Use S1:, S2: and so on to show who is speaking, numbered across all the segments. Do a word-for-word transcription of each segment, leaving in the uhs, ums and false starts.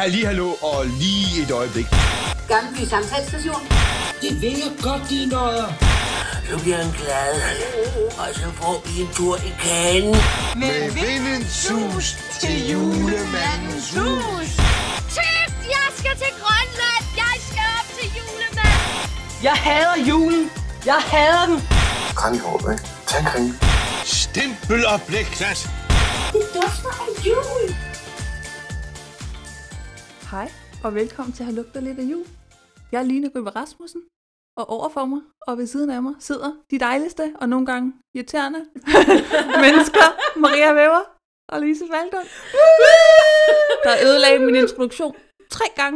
S1: Halli, hallo og lige et øjeblik.
S2: Gammelby Samtalsstation.
S3: Det vil jeg godt, de nøjer.
S4: Så bliver han glad, og så får vi en tur i kagen.
S1: Med vindens sus til julemandens hus.
S5: Tygt, jeg skal til Grønland. Jeg skal op til julemanden.
S6: Jeg hader julen. Jeg hader den.
S7: Kranjehåb, ikke? Tag en kring.
S1: Stempel og blikklat.
S2: Det dufter af jul.
S8: Hej, og velkommen til at have lugtet lidt af jul. Jeg er Line Ryber Rasmussen, og overfor mig og ved siden af mig sidder de dejligste og nogle gange irriterende mennesker, Maria Væver og Louise Valdon, der ødelagde min introduktion tre gange.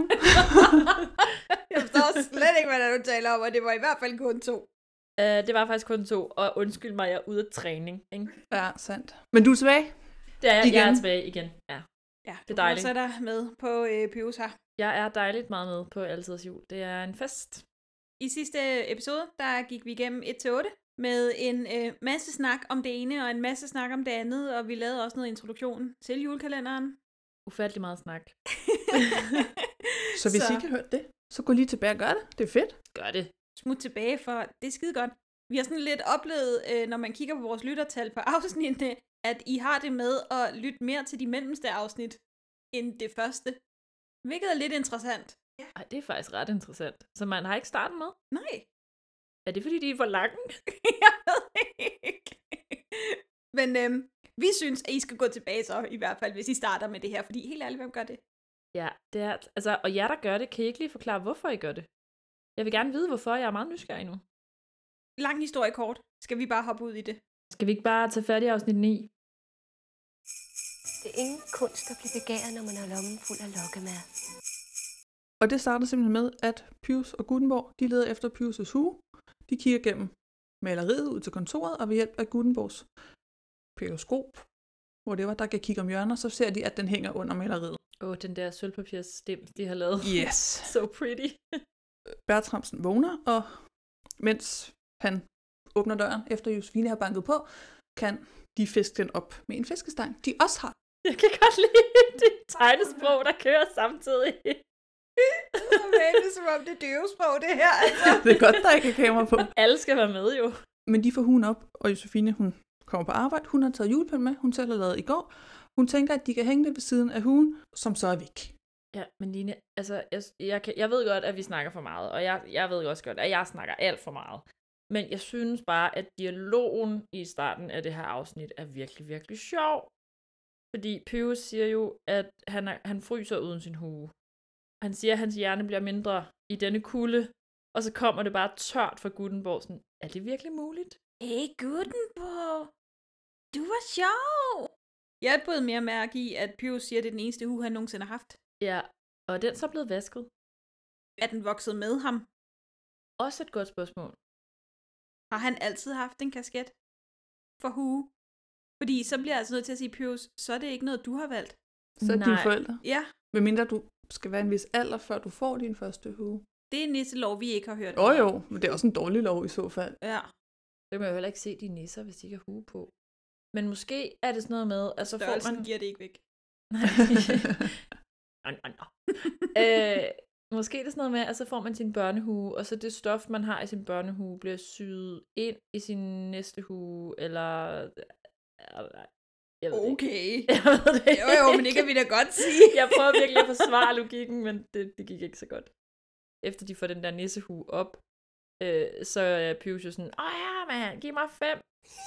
S9: Jeg forstår slet ikke, hvad der du taler om, og det var i hvert fald kun to.
S10: Uh, det var faktisk kun to, og undskyld mig, jeg er ude af træning, ikke?
S8: Ja, sandt. Men du er tilbage?
S10: Det er jeg,
S8: igen.
S10: jeg er tilbage igen, ja.
S9: Ja,
S10: det er dejligt.
S9: Du fortsætter med på øh, Pyrus her.
S10: Jeg er dejligt meget med på Altidets Jul. Det er en fest.
S9: I sidste episode, der gik vi igennem et til otte med en øh, masse snak om det ene og en masse snak om det andet, og vi lavede også noget introduktion til julekalenderen.
S10: Ufattelig meget snak.
S8: Så hvis så. I ikke har hørt det, så gå lige tilbage og gør det. Det er fedt.
S10: Gør det.
S9: Smut tilbage, for det er skide godt. Vi har sådan lidt oplevet, øh, når man kigger på vores lyttertal på afsnittene, at I har det med at lytte mere til de mellemste afsnit end det første. Hvilket er lidt interessant.
S10: Ja. Ej, det er faktisk ret interessant. Så man har ikke startet med?
S9: Nej.
S10: Er det fordi, de er for lange?
S9: Jeg ved ikke. Men øhm, vi synes, at I skal gå tilbage så, i hvert fald, hvis I starter med det her. Fordi helt ærligt, hvem gør det?
S10: Ja, det er, altså, og jer, der gør det, kan I ikke lige forklare, hvorfor I gør det? Jeg vil gerne vide, hvorfor. Jeg er meget nysgerrig nu.
S9: Lang historie kort. Skal vi bare hoppe ud i det?
S10: Skal vi ikke bare tage fat i afsnit ni?
S11: Det er ingen kunst at blive begæret, når man har lommen fuld af lokkemad.
S8: Og det starter simpelthen med, at Pyrus og Gutenborg, de leder efter Pyrus' hue. De kigger gennem maleriet ud til kontoret, og ved hjælp af Gutenborgs periskop, hvor det var, der kan kigge om hjørner, så ser de, at den hænger under maleriet.
S10: Åh, oh, den der sølvpapirsstems, de har lavet.
S8: Yes.
S10: So pretty.
S8: Bertramsen vågner, og mens han åbner døren, efter Josefine har banket på, kan de fiske den op med en fiskestang, de også har.
S10: Jeg kan godt lide det tegnesprog, der kører samtidig.
S9: Det er som om det er døvesprog, det her. Altså.
S8: Det er godt, der ikke er kamera på.
S10: Alle skal være med, jo.
S8: Men de får hugen op, og Josefine, hun kommer på arbejde. Hun har taget julepind med, hun selv har lavet i går. Hun tænker, at de kan hænge det ved siden af hugen, som så er væk.
S10: Ja, men Line, altså, jeg, jeg, kan, jeg ved godt, at vi snakker for meget, og jeg, jeg ved også godt, at jeg snakker alt for meget. Men jeg synes bare, at dialogen i starten af det her afsnit er virkelig, virkelig sjov. Fordi Pyrus siger jo, at han, er, han fryser uden sin hue. Han siger, at hans hjerne bliver mindre i denne kulde, og så kommer det bare tørt fra Gutenborg. Sådan, er det virkelig muligt?
S9: Hey Gutenborg, du var sjov! Jeg er både mere mærke i, at Pyrus siger, at det er den eneste hue, han nogensinde har haft.
S10: Ja, og er den så blevet vasket?
S9: Er den vokset med ham?
S10: Også et godt spørgsmål.
S9: Har han altid haft en kasket for hue? Fordi så bliver jeg altså nødt til at sige, Pyrus, så er det ikke noget, du har valgt.
S8: Så er dine forældre?
S9: Ja.
S8: Medmindre du skal være en vis alder, før du får din første hue.
S9: Det er en nisselov, vi ikke har hørt.
S8: Åh oh, jo, men det er også en dårlig lov i så fald.
S9: Ja.
S10: Det kan man jo heller ikke se de nisser, hvis de ikke har hue på. Men måske er det sådan noget med, at så får man...
S9: giver det ikke væk.
S10: øh, måske er det sådan noget med, at så får man sin børnehue, og så det stof, man har i sin børnehue, bliver syet ind i sin næste hue, eller... Jeg ved
S9: okay.
S10: Det jeg ved det
S9: jo, jo, men det kan vi da godt sige.
S10: Jeg prøver virkelig at forsvare logikken, men det, det gik ikke så godt. Efter de får den der nissehue op, øh, så er Pyrus jo sådan, åh ja, man, giv mig fem.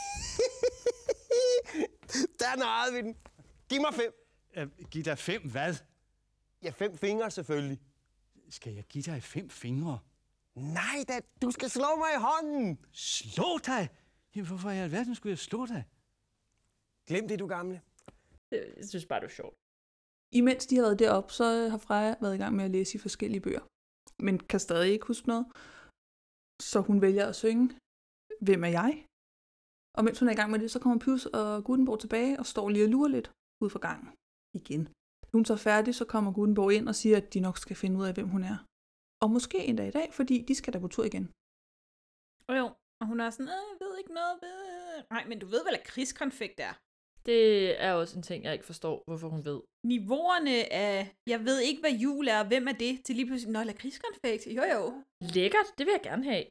S1: Der narrede vi den. Giv mig fem.
S12: Uh, giv dig fem hvad?
S1: Ja, fem fingre selvfølgelig.
S12: Skal jeg give dig fem fingre?
S1: Nej da, du skal slå mig i hånden.
S12: Slå dig? Jamen, hvorfor i alverden skulle jeg slå dig?
S1: Glem det, du gamle.
S10: Jeg synes bare, det er sjovt.
S8: Imens de har været deroppe, så har Freja været i gang med at læse i forskellige bøger. Men kan stadig ikke huske noget. Så hun vælger at synge Hvem er jeg? Og mens hun er i gang med det, så kommer Pyrus og Gutenborg tilbage og står lige og lurer lidt ud for gangen. Igen. Da hun så er færdig, så kommer Gutenborg ind og siger, at de nok skal finde ud af, hvem hun er. Og måske endda i dag, fordi de skal da på tur igen.
S9: Og jo, og hun er sådan, jeg ved ikke noget. Ved... Nej, men du ved vel, at krigskonfekt er?
S10: Det er også en ting, jeg ikke forstår, hvorfor hun ved.
S9: Niveauerne af, jeg ved ikke, hvad jul er, og hvem er det, til lige pludselig, nå, lakridskonfekt, jo jo.
S10: Lækkert, det vil jeg gerne have.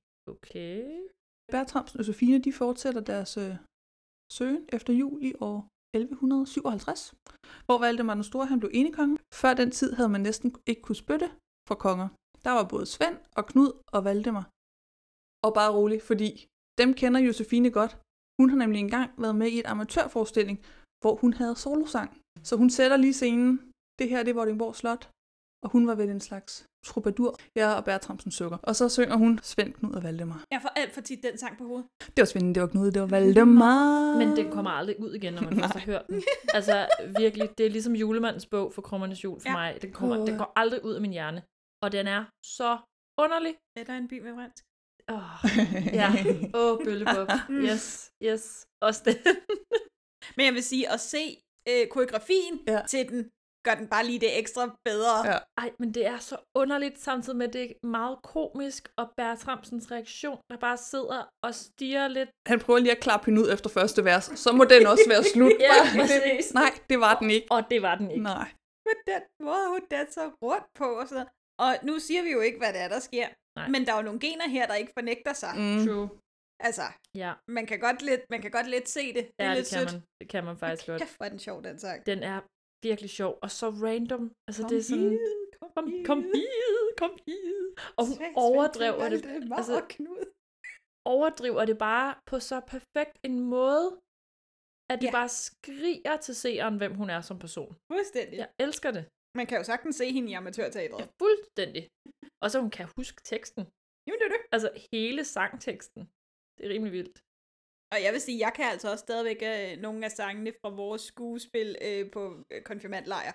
S10: Okay.
S8: Bertramsen og Josefine, de fortsætter deres øh, søgen efter jul i år elleve syvoghalvtreds, hvor Valdemar den Store han blev enekonge. Før den tid havde man næsten ikke kunne spytte for konger. Der var både Svend og Knud og Valdemar. Og bare rolig, fordi dem kender Josefine godt. Hun har nemlig engang været med i et amatørforestilling, hvor hun havde solosang. Så hun sætter lige scenen. Det her, det er Vordingborg Slot. Og hun var vel en slags troubadour. Jeg og Bertramsen sukker. Og så synger hun Svend, Knud og Valdemar.
S9: Jeg får alt for tit den sang på hovedet.
S8: Det var Svend, det var Knud, det var Valdemar.
S10: Men den kommer aldrig ud igen, når man først har hørt den. Altså virkelig, det er ligesom julemandens bog for Krummernes Jul for ja. mig. Den, kommer, den går aldrig ud af min hjerne. Og den er så underlig.
S9: Er der en by med fransk?
S10: Åh, oh, ja. Åh, oh, Bøllebop. Yes, yes. Også det.
S9: Men jeg vil sige, at se øh, koreografien ja. til den, gør den bare lige det ekstra bedre.
S10: Ja. Ej, men det er så underligt, samtidig med, at det er meget komisk, og Bertramsens reaktion, der bare sidder og stiger lidt.
S8: Han prøver lige at klappe hende ud efter første vers, så må den også være slut.
S10: Ja,
S8: det, nej, det var den ikke.
S10: Og det var den ikke.
S8: Nej.
S9: Men den måde, hun danser rundt på og sådan noget. Og nu siger vi jo ikke, hvad det er, der sker. Nej. Men der er jo nogle gener her, der ikke fornægter sig.
S10: Mm. True.
S9: Altså,
S10: ja.
S9: man, kan godt lidt, man kan godt lidt se det. Det
S10: ja,
S9: er
S10: det
S9: lidt
S10: kan
S9: sødt.
S10: man. Det kan man faktisk godt.
S9: Kæft, hvor er den sjov, den sang.
S10: Den er virkelig sjov, og så random. Altså,
S9: kom
S10: det er sådan...
S9: Hid, kom,
S10: kom hid, kom hid, kom hid. Og hun Svend, overdriver det.
S9: det
S10: altså,
S9: Knud.
S10: overdriver det bare på så perfekt en måde, at det
S9: ja.
S10: bare skriger til seeren, hvem hun er som person.
S9: Fuldstændig.
S10: Jeg elsker det.
S9: Man kan jo sagtens se hende i amatørteatret.
S10: Ja, fuldstændig. Og så hun kan huske teksten.
S9: Jo, det er det.
S10: Altså hele sangteksten. Det er rimelig vildt.
S9: Og jeg vil sige, jeg kan altså også stadigvæk øh, nogle af sangene fra vores skuespil øh, på øh, konfirmandlejr.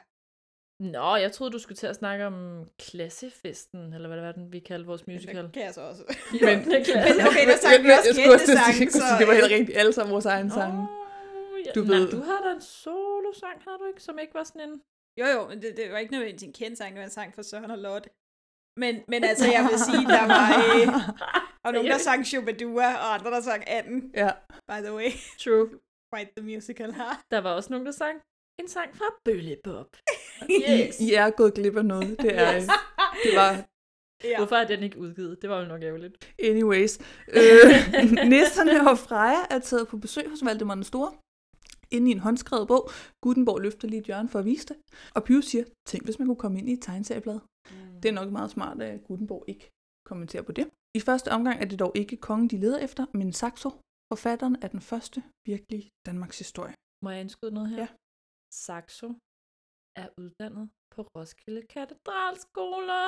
S10: Nå, jeg troede, du skulle til at snakke om Klassefesten, eller hvad det var, den vi kaldte vores musical.
S9: Det kan jeg så også.
S8: Men,
S9: men okay, der sang vi også kendte sange, så...
S8: Det var helt rigtigt, alle sammen vores egen sang.
S10: Oh, ja.
S8: Du
S10: Nej,
S8: ved...
S10: du havde da en solo-sang, havde du ikke, som ikke var sådan en...
S9: Jo, jo, men det, det var ikke nødvendigvis en kendt sang, det var en sang for Søren og Lotte. Men, men altså, jeg vil sige, der var... Øh, og nogen, der sang Shubadua, og andre, der sang Anden.
S8: Ja.
S9: By the way.
S10: True.
S9: Quite the musical her.
S10: Der var også nogen, der sang en sang fra Bøllebop.
S8: Yes. I, I er gået glip af noget. Det er... Yes. Det var...
S10: Ja. Hvorfor er den ikke udgivet? Det var jo nok ærgerligt.
S8: Anyways. Øh, Nisserne og Freja er taget på besøg hos Valdemar den Store. Inde i en håndskrevet bog. Gutenborg løfter lige et hjørne for at vise det. Og Pyrus siger, tænk hvis man kunne komme ind i et tegneserieblad. Mm. Det er nok meget smart, at Gutenborg ikke kommenterer på det. I første omgang er det dog ikke kongen, de leder efter, men Saxo, forfatteren af den første virkelige Danmarks historie.
S10: Må jeg indskyde noget her?
S8: Ja.
S10: Saxo er uddannet på Roskilde Katedralskole.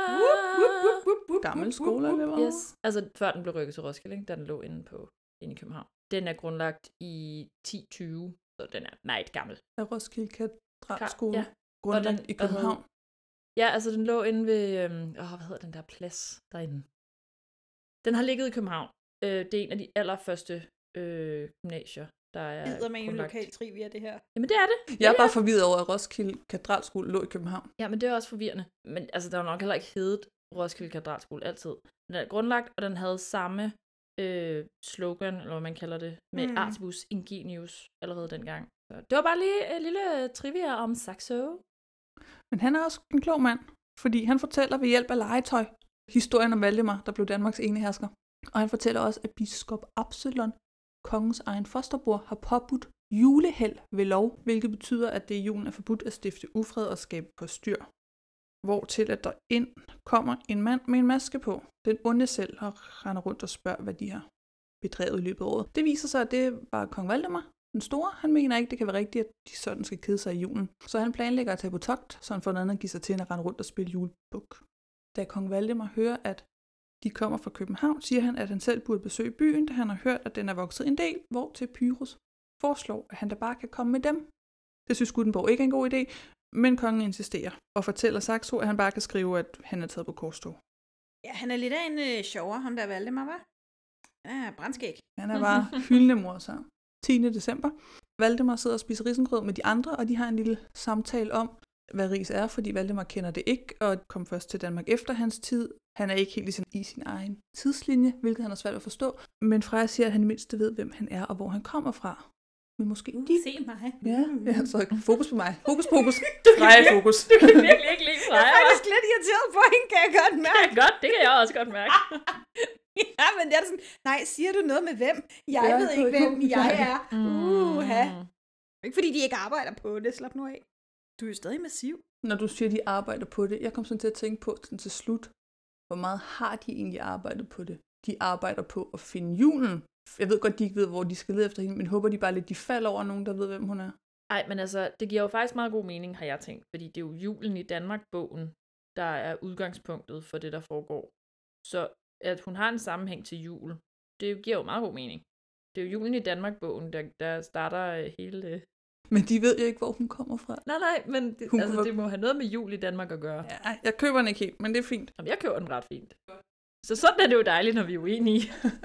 S8: Gammel skole, eller hvad?
S10: Yes. Altså før den blev rykket til Roskilde, da den lå inde, på, inde i København. Den er grundlagt i ti tyve, så den er meget gammel.
S8: Er Roskilde Katedralskole
S10: ja.
S8: grundlagt
S10: den,
S8: i København?
S10: Havde, ja, altså den lå inde ved, øhm, åh, hvad hedder den der plads derinde? Den har ligget i København. Øh, det er en af de allerførste øh, gymnasier, der er
S9: Hedder man jo
S10: grundlagt.
S9: lokal trivia, det her.
S10: Jamen det er det.
S8: Jeg er
S10: det
S8: bare
S10: er.
S8: forvirret over, at Roskilde Katedralskole lå i København.
S10: Ja, men det er også forvirrende. Men altså, der var nok heller ikke heddet Roskilde Katedralskole altid. Den er grundlagt, og den havde samme øh, slogan, eller hvad man kalder det, med mm. Artibus Ingenius allerede dengang. Så det var bare lige et lille trivia om Saxo.
S8: Men han er også en klog mand, fordi han fortæller ved hjælp af legetøj historien om Valdemar, der blev Danmarks enehersker. Og han fortæller også, at biskop Absalon, kongens egen fosterbror, har påbudt julehæld ved lov, hvilket betyder, at det i julen er forbudt at stifte ufred og skabe på styr. Hvortil at der ind kommer en mand med en maske på. Den onde selv og render rundt og spørger, hvad de har bedrevet i løbet af året. Det viser sig, at det var kong Valdemar den Store. Han mener ikke, det kan være rigtigt, at de sådan skal kede sig i julen. Så han planlægger at tage på togt, så han får en anden at give sig til at rende rundt og spille julebuk. Da kong Valdemar hører, at de kommer fra København, siger han, at han selv burde besøge byen, da han har hørt, at den er vokset en del, hvor til Pyrus foreslår, at han da bare kan komme med dem. Det synes Gutenborg ikke er en god idé, men kongen insisterer og fortæller Saxo, at han bare kan skrive, at han er taget på korstog.
S9: Ja, han er lidt af en øh, sjovere, ham der Valdemar, var. Ja, brandskæg.
S8: Han er bare hyldende morsom. tiende december. Valdemar sidder og spiser risengrød med de andre, og de har en lille samtale om, hvad ris er, fordi Valdemar kender det ikke, og kom først til Danmark efter hans tid. Han er ikke helt i sin, i sin egen tidslinje, hvilket han har svært at forstå. Men Freja siger, at han i mindste ved, hvem han er og hvor han kommer fra. Men måske
S9: uh,
S8: de...
S9: Se mig.
S8: Ja, ja, så fokus på mig. Fokus, fokus.
S10: Du kan,
S8: Freja,
S10: virkelig,
S8: fokus.
S10: du kan virkelig ikke lide Freja.
S9: Jeg er faktisk lidt irriteret på hende, kan jeg godt mærke.
S10: Ja, godt, det kan jeg også godt mærke.
S9: Ja, men det er sådan, nej, siger du noget med hvem? Jeg
S8: Ja,
S9: ved ikke, hvem jeg er.
S10: Mm.
S9: Uha. Ikke fordi de ikke arbejder på det, slap nu af. Du er jo stadig massiv.
S8: Når du siger, at de arbejder på det, jeg kom sådan til at tænke på sådan til slut, hvor meget har de egentlig arbejdet på det? De arbejder på at finde julen. Jeg ved godt, de ikke ved, hvor de skal lede efter hende, men håber de bare lidt, de falder over nogen, der ved, hvem hun er.
S10: Ej, men altså, det giver jo faktisk meget god mening, har jeg tænkt, fordi det er jo julen i Danmark-bogen, der er udgangspunktet for det, der foregår. Så at hun har en sammenhæng til jul, det giver jo meget god mening. Det er jo julen i Danmark-bogen, der, der starter hele det.
S8: Men de ved jo ikke, hvor hun kommer fra.
S10: Nej, nej, men det, altså,
S8: kunne...
S10: det må have noget med jul i Danmark at gøre.
S8: Ja, jeg køber den ikke helt, men det er fint.
S10: Jamen, jeg køber den ret fint. Så sådan er det jo dejligt, når vi er uenige.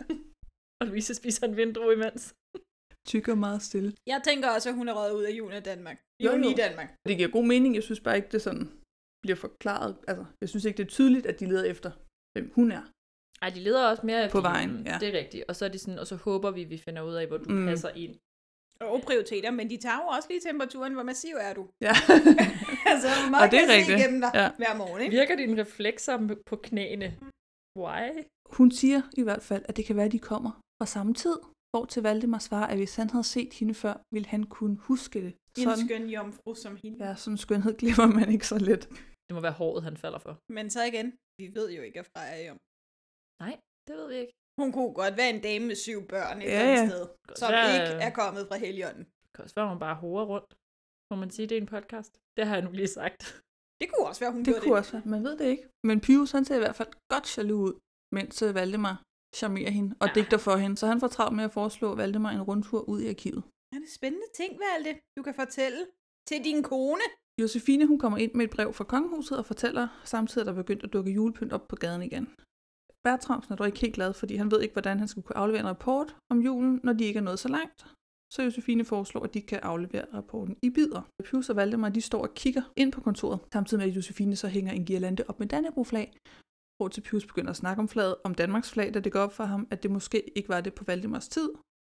S10: Og Louise spiser en vindrue imens.
S8: Tykker meget stille.
S9: Jeg tænker også, at hun er røget ud af julen i Danmark.
S8: Jo,
S9: Julen
S8: jo.
S9: i Danmark.
S8: Det giver god mening. Jeg synes bare ikke, det sådan bliver forklaret. Altså, jeg synes ikke, det er tydeligt, at de leder efter, hvem hun er.
S10: Ej, de leder også mere efter
S8: på vejen.
S10: julen.
S8: Ja.
S10: Det er rigtigt. Og så er det sådan, og så håber vi, vi finder ud af, hvor du
S8: Mm.
S10: mm. passer ind.
S9: Og prioriteter, men de tager jo også lige temperaturen. Hvor massiv er du?
S8: Ja.
S9: Altså, hvor meget
S8: Og det er
S9: kan jeg se
S8: rigtigt.
S9: igennem dig
S8: Ja.
S9: hver morgen, ikke?
S10: Virker dine reflekser på knæene? Why?
S8: Hun siger i hvert fald, at det kan være, at de kommer fra samme tid, hvor til Valdemar svarer, at hvis han havde set hende før, ville han kunne huske det.
S9: En skøn jomfru som hende.
S8: Ja, sådan en skønhed glemmer man ikke så let.
S10: Det må være håret, han falder for.
S9: Men så igen, vi ved jo ikke, at Freja er om.
S10: Nej, det ved vi ikke.
S9: Hun kunne godt være en dame med syv børn et
S8: Ja,
S9: eller andet
S8: ja.
S9: sted,
S10: Godt
S9: som
S10: være-
S9: ikke er kommet fra Helligånden.
S10: Det kan også være, hun bare horer rundt. Må man sige, det er en podcast? Det har jeg nu lige sagt.
S9: Det kunne også være, hun
S8: Det
S9: gjorde
S8: kunne
S9: det.
S8: også være, man ved det ikke. Men Pius, han ser i hvert fald godt jaloux ud, mens øh, Valdemar charmerer hende og ja. digter for hende. Så han får travlt med at foreslå Valdemar en rundtur ud i arkivet.
S9: Ja, det er spændende ting, Valde. Du kan fortælle til din kone.
S8: Josefine, hun kommer ind med et brev fra kongehuset og fortæller samtidig, at der er begyndt at dukke julepynt op på gaden igen. Bertramsen er dog ikke helt glad, fordi han ved ikke, hvordan han skal kunne aflevere en rapport om julen, når de ikke er nået så langt. Så Josefine foreslår, at de kan aflevere rapporten i bidder. Pius og Valdemar, de står og kigger ind på kontoret, samtidig med at Josefine så hænger en girlande op med Dannebrog-flag, hvor til Pius begynder at snakke om flaget om Danmarks flag, da det går op for ham, at det måske ikke var det på Valdemars tid,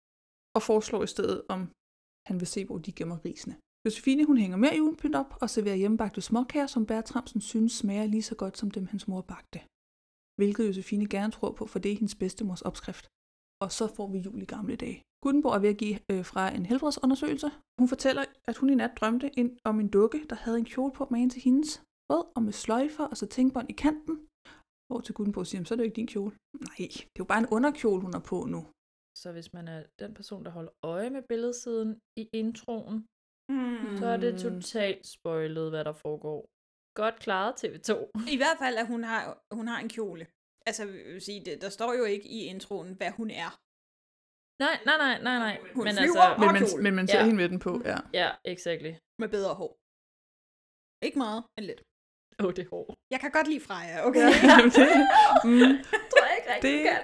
S8: og foreslår i stedet, om han vil se, hvor de gemmer risene. Josefine, hun hænger mere julepynt op og serverer hjemmebagte småkager, som Bertramsen synes smager lige så godt som dem, hans mor bagte. Hvilket Josefine gerne tror på, for det er hendes bedstemors opskrift. Og så får vi jul i gamle dage. Gutenborg er ved at give øh, fra en helbredsundersøgelse. Hun fortæller, at hun i nat drømte ind om en dukke, der havde en kjole på med en til hendes. Rød og med sløjfer og så tænkbånd i kanten. Hvor til Gutenborg siger, så er det jo ikke din kjole. Nej, det er jo bare en underkjole, hun har på nu.
S10: Så hvis man er den person, der holder øje med billedsiden i introen,
S9: Hmm.
S10: så er det totalt spoilet, hvad der foregår. Godt klaret T V to.
S9: I hvert fald, at hun har, hun har en kjole. Altså, jeg vil sige, det, der står jo ikke i introen, hvad hun er.
S10: Nej, nej, nej, nej, nej.
S9: Hun
S10: men
S9: flyver
S10: altså,
S9: og
S8: Men man,
S9: kjole.
S8: men man ser
S10: Ja.
S8: hende med den på, ja.
S10: ja, exactly.
S9: Med bedre hår. Ikke meget, men lidt.
S10: Åh, oh, det er hårdt.
S9: Jeg kan godt lide Freja, okay?
S8: Ja, jamen det, mm,
S10: tror jeg ikke rigtig,
S8: det,
S10: kan.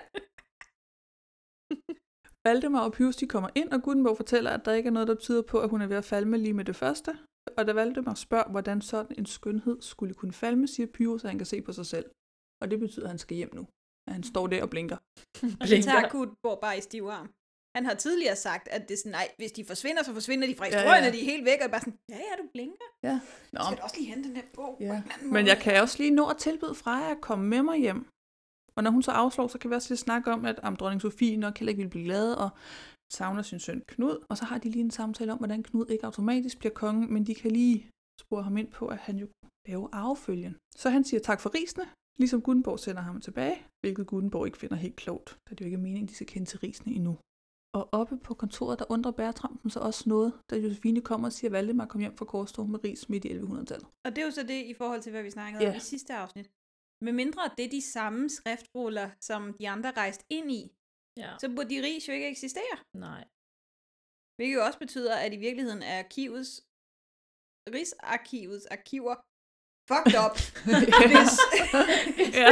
S8: Valdemar og Pius, de kommer ind, og Gutenborg fortæller, at der ikke er noget, der tyder på, at hun er ved at falme lige med det første. Og da Valdemar spørger, hvordan sådan en skønhed skulle kunne falme, siger Pius, at han kan se på sig selv. Og det betyder, at han skal hjem nu. At han står der og blinker.
S9: Og det tager Gutenborg bare i stiv arm. Han har tidligere sagt, at det er sådan, nej, hvis de forsvinder, så forsvinder de fra historien, ja, ja. Og de er helt væk, og bare sådan, ja, ja, du blinker.
S8: Ja. Nå.
S9: Skal du også lige hente den der bog
S8: Ja.
S9: på en anden
S8: Men
S9: måde?
S8: jeg kan også lige nå at tilbyde Freja at komme med mig hjem. Og når hun så afslår, så kan vi også lige snakke om, at om dronning Sofie nok heller ikke vil blive glad, og savner sin søn Knud. Og så har de lige en samtale om, hvordan Knud ikke automatisk bliver konge, men de kan lige spore ham ind på, at han jo laver arvefølgen. Så han siger tak for risene, ligesom Gutenborg sender ham tilbage, hvilket Gutenborg ikke finder helt klogt, da det jo ikke er meningen, de skal kende til risene endnu. Og oppe på kontoret, der undrer Bertramsen så også noget, da Josefine kommer og siger, at Valdemar kom hjem fra Korstog med ris midt i elleve hundrede-tallet.
S9: Og det er jo så det i forhold til, hvad vi snakkede
S8: Ja.
S9: om i sidste afsnit. Med mindre det er de samme skriftruller, som de andre rejste ind i,
S10: Ja.
S9: så burde de ris jo ikke eksistere.
S10: Nej.
S9: Hvilket jo også betyder, at i virkeligheden er arkivets, Rigsarkivets arkiver fucked up, hvis,
S8: Ja.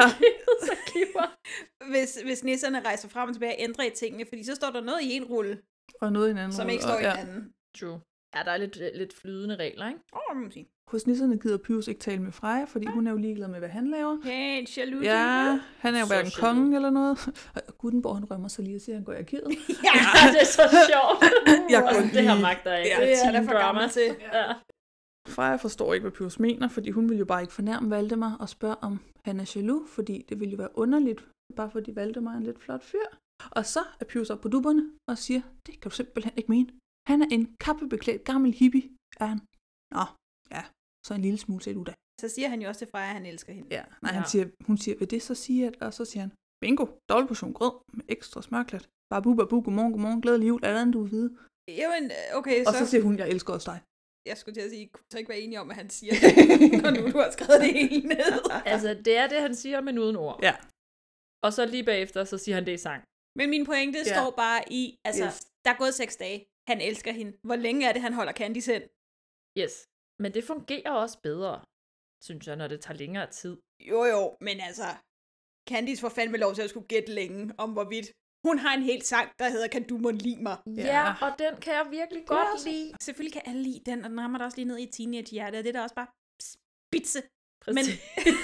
S9: hvis, hvis nisserne rejser frem og tilbage og ændrer i tingene, fordi så står der noget i en rulle,
S8: Og noget i en anden
S9: som
S8: rulle,
S9: ikke står
S8: og-
S9: i en
S8: ja.
S9: anden.
S10: True. Ja, der er lidt, lidt flydende regler, ikke?
S9: Åh, oh, må man sige.
S8: Hos nisserne gider Pyrus ikke tale med Freja, fordi hun er jo ligeglad med, hvad han laver.
S9: Helt jaloux.
S8: Ja, han er jo
S10: Så
S8: hverken
S10: jaloux.
S8: konge eller noget. Og Gutenborg, han rømmer sig lige og siger, at han går i arkivet.
S10: Ja, det er så sjovt.
S8: Jeg
S10: Og
S8: går
S10: det her
S8: lige-
S10: magter jeg ikke.
S8: Ja,
S10: Det er
S9: der
S10: teen
S9: for
S10: drama.
S9: gammel til.
S10: Ja.
S8: Freja forstår ikke, hvad Pyrus mener, fordi hun vil jo bare ikke fornærme Valdemar og spørge, om han er jaloux, fordi det ville jo være underligt, bare fordi Valdemar er en lidt flot fyr. Og så er Pyrus op på dupperne og siger, det kan du simpelthen ikke mene. Han er en kappebeklædt gammel hippie, er han. Nå, ja, så en lille smule set ud af.
S9: Så siger han jo også til Freja, at han elsker hende.
S8: Ja, nej, han
S10: Ja.
S8: siger, hun siger, vil det så sige, at, og så siger han, bingo, dobbelt portion grød med ekstra smørklat. Bare bu, babu, godmorgen, godmorgen, glædelig jul, er der andet, du vil vide.
S9: Jamen, okay,
S8: Og
S9: så...
S8: så siger hun, jeg elsker også dig.
S9: Jeg skulle til at sige, kunne så ikke være enige om, at han siger det, når nu du har skrevet det hele ned.
S10: Altså, det er det, han siger, men uden ord.
S8: Ja.
S10: Og så lige bagefter, så siger han det i sang.
S9: Men min pointe
S8: Ja.
S9: står bare i, altså,
S8: Yes.
S9: der er gået seks dage. Han elsker hende. Hvor længe er det, han holder Candice hen?
S10: Yes. Men det fungerer også bedre, synes jeg, når det tager længere tid.
S9: Jo jo, men altså, Candice får fandme lov til at skulle gætte længe om, hvorvidt hun har en helt sang, der hedder Kan du må lide mig?
S10: Ja, ja, og den kan jeg virkelig godt
S9: også.
S10: lide.
S9: Selvfølgelig kan alle lide den, og den rammer der også lige ned i teenage-hjertet, og det er der også bare spidse. Men,
S10: Præcis.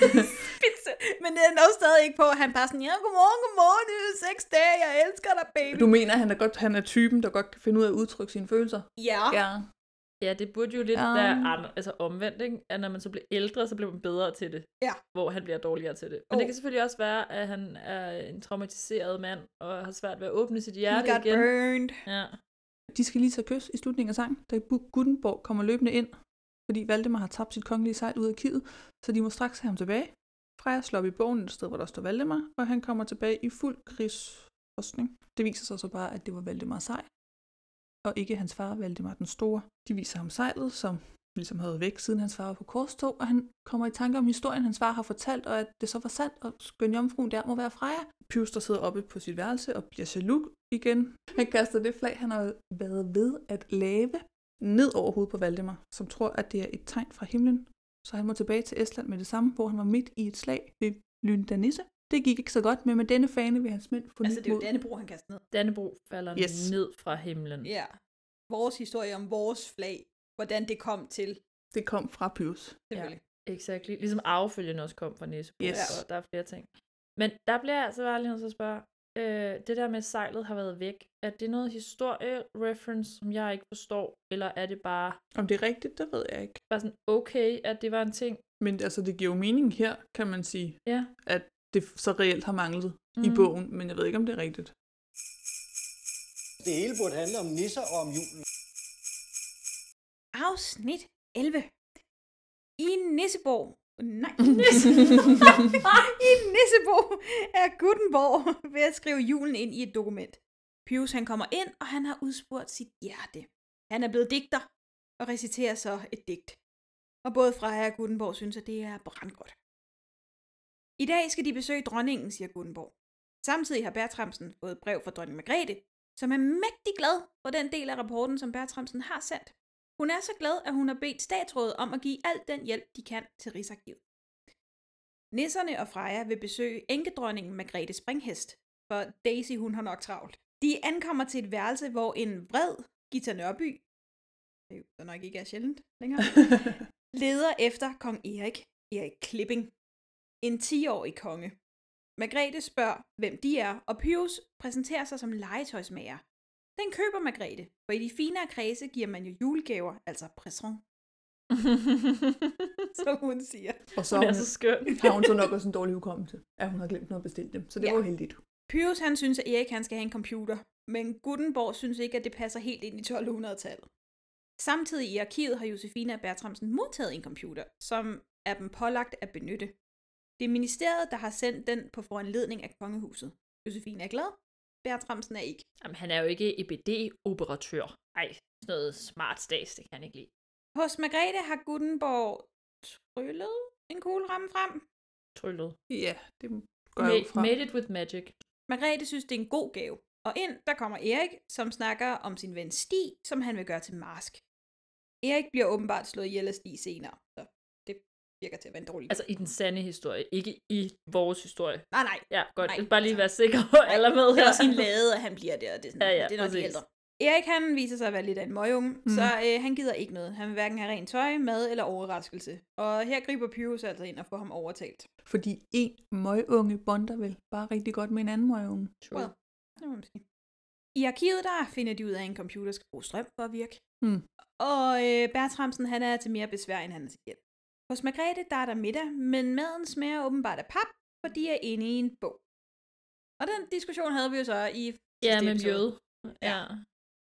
S9: spidse. Men det er nok stadig ikke på, at han bare sådan, ja, godmorgen, godmorgen, det er seks dage, jeg elsker dig, baby.
S8: Du mener, han er, godt, han er typen, der godt kan finde ud af at udtrykke sine følelser?
S9: Ja.
S8: Ja.
S10: Ja, det burde jo lidt
S8: Ja.
S10: um... være andre, altså omvendt, ikke? At når man så bliver ældre, så bliver man bedre til det.
S9: Ja.
S10: Hvor han bliver dårligere til det. Men
S9: Oh.
S10: det kan selvfølgelig også være, at han er en traumatiseret mand, og har svært ved at åbne sit hjerte
S9: He got
S10: igen.
S9: burned.
S10: Ja.
S8: De skal lige tage kys i slutningen af sangen, da Gutenborg kommer løbende ind, fordi Valdemar har tabt sit kongelige sejl ud af arkivet, så de må straks have ham tilbage. Freja slår op i bogen et sted, hvor der står Valdemar, og han kommer tilbage i fuld krigsrustning. Det viser sig så bare, at det var Valdemars sejl, og ikke hans far, Valdemar den Store. De viser ham sejlet, som ligesom havde væk, siden hans far var på korstog, og han kommer i tanke om historien, hans far har fortalt, og at det så var sandt, og skønjomfruen der må være Freja. Pyrus, der sidder oppe på sit værelse og bliver jaloux igen. Han kaster det flag, han har været ved at lave, ned over hovedet på Valdemar, som tror, at det er et tegn fra himlen. Så han må tilbage til Estland med det samme, hvor han var midt i et slag ved Lyndanisse. Det gik ikke så godt, men med denne fane vil hans mænd få
S9: Altså,
S8: nyt
S9: det er jo
S8: mod.
S9: Dannebro, han kaster ned.
S10: Dannebro falder
S8: Yes.
S10: ned fra himlen.
S9: Ja. Vores historie om vores flag, hvordan det kom til.
S8: Det kom fra Pyrus.
S9: Selvfølgelig.
S10: Ja, exakt. Ligesom arvefølgen også kom fra Nissebo.
S8: Yes.
S10: Og der er flere ting. Men der bliver jeg altså bare lige nødt til at spørge, øh, det der med sejlet har været væk, er det noget historie-reference, som jeg ikke forstår, eller er det bare...
S8: Om det er rigtigt, det ved jeg ikke.
S10: Bare sådan, okay, at det var en ting.
S8: Men altså, det giver jo mening her, kan man sige,
S10: Ja.
S8: at det så reelt har manglet mm. i
S10: Mhm.
S8: bogen, men jeg ved ikke, om det er rigtigt.
S13: Det hele burde handle om nisser og om julen.
S9: Afsnit elleve. I Nissebo. Nej. I Nissebo er Gutenborg ved at skrive julen ind i et dokument. Pyrus han kommer ind, og han har udspurgt sit hjerte. Han er blevet digter og reciterer så et digt. Og både Freja og Gutenborg synes, at det er brandgodt. I dag skal de besøge dronningen, siger Gutenborg. Samtidig har Bertramsen fået et brev fra dronning Margrethe, som er mægtig glad for den del af rapporten, som Bertramsen har sendt. Hun er så glad, at hun har bedt statsrådet om at give al den hjælp, de kan til Rigsarkivet. Nisserne og Freja vil besøge enkedronningen Margrethe Springhest, for Daisy hun har nok travlt. De ankommer til et værelse, hvor en vred Gita Nørby, det jo så nok ikke er sjældent længere, leder efter kong Erik, Erik Klipping, en ti-årig konge. Margrethe spørger, hvem de er, og Pyrus præsenterer sig som legetøjsmager. Den køber Margrethe, for i de finere kredse giver man jo julegaver, altså présent. Som hun siger.
S8: Og så
S10: Hun er
S8: hun,
S10: så skøn.
S8: har hun så nok også en dårlig hukommelse, at hun har glemt noget at bestille dem. Så det
S9: Ja.
S8: var jo heldigt.
S9: Pyrus han synes, at Erik han skal have en computer, men Gutenborg synes ikke, at det passer helt ind i tolvhundredetallet. Samtidig i arkivet har Josefine og Bertramsen modtaget en computer, som er dem pålagt at benytte. Det er ministeriet, der har sendt den på foranledning af kongehuset. Josefine er glad, Bertramsen er ikke.
S10: Jamen, han er jo ikke E B D-operatør. Ej, sådan noget smart stats, det kan han ikke lide.
S9: Hos Margrethe har Gutenborg tryllet en kugleramme frem.
S10: Tryllet.
S8: Ja, det går jeg
S10: Ma-
S8: ud fra.
S10: Made it with magic.
S9: Margrethe synes, det er en god gave. Og ind, der kommer Erik, som snakker om sin ven Stig, som han vil gøre til Marsk. Erik bliver åbenbart slået ihjel af Stig senere, så det virker til at være en dårlig.
S10: Altså i den sande historie, ikke i vores historie.
S9: Nej, nej.
S10: Ja, godt.
S9: Nej,
S10: Jeg vil bare lige være sikker på, at alle er med
S9: Det er
S10: her.
S9: også en lade, at han bliver der. Det er, sådan,
S10: Ja, ja,
S9: det er nok de
S10: præcis.
S9: ældre. Erik, han viser sig at være lidt af en møgunge,
S8: Mm.
S9: så øh, han gider ikke noget. Han vil hverken have rent tøj, mad eller overraskelse. Og her griber Pyrus altså ind og får ham overtalt.
S8: Fordi en møgunge bonder vel bare rigtig godt med en anden møgunge.
S9: Well, det må man sige. I arkivet, der finder de ud af, at en computer skal bruge strøm for at virke.
S8: Mm.
S9: Og øh, Bertramsen, han er til mere besvær, end han er til hjælp. Hos Margrethe, der er der middag, men maden smager åbenbart af pap, for de er inde i en bog. Og den diskussion havde vi jo så i...
S10: Ja,
S9: sidste
S10: med
S9: episode.
S10: mjød. Ja.
S9: Ja.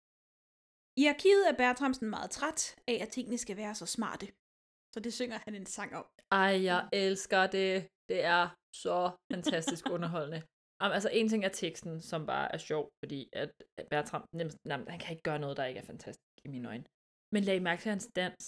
S9: I arkivet er Bertramsen meget træt af, at tingene skal være så smarte. Så det synger han en sang om.
S10: Ej, jeg elsker det. Det er så fantastisk underholdende. Um, altså, en ting er teksten, som bare er sjov, fordi at Bertram, nemt, nemt, han kan ikke gøre noget, der ikke er fantastisk i mine øjne. Men lag mærke til hans dans.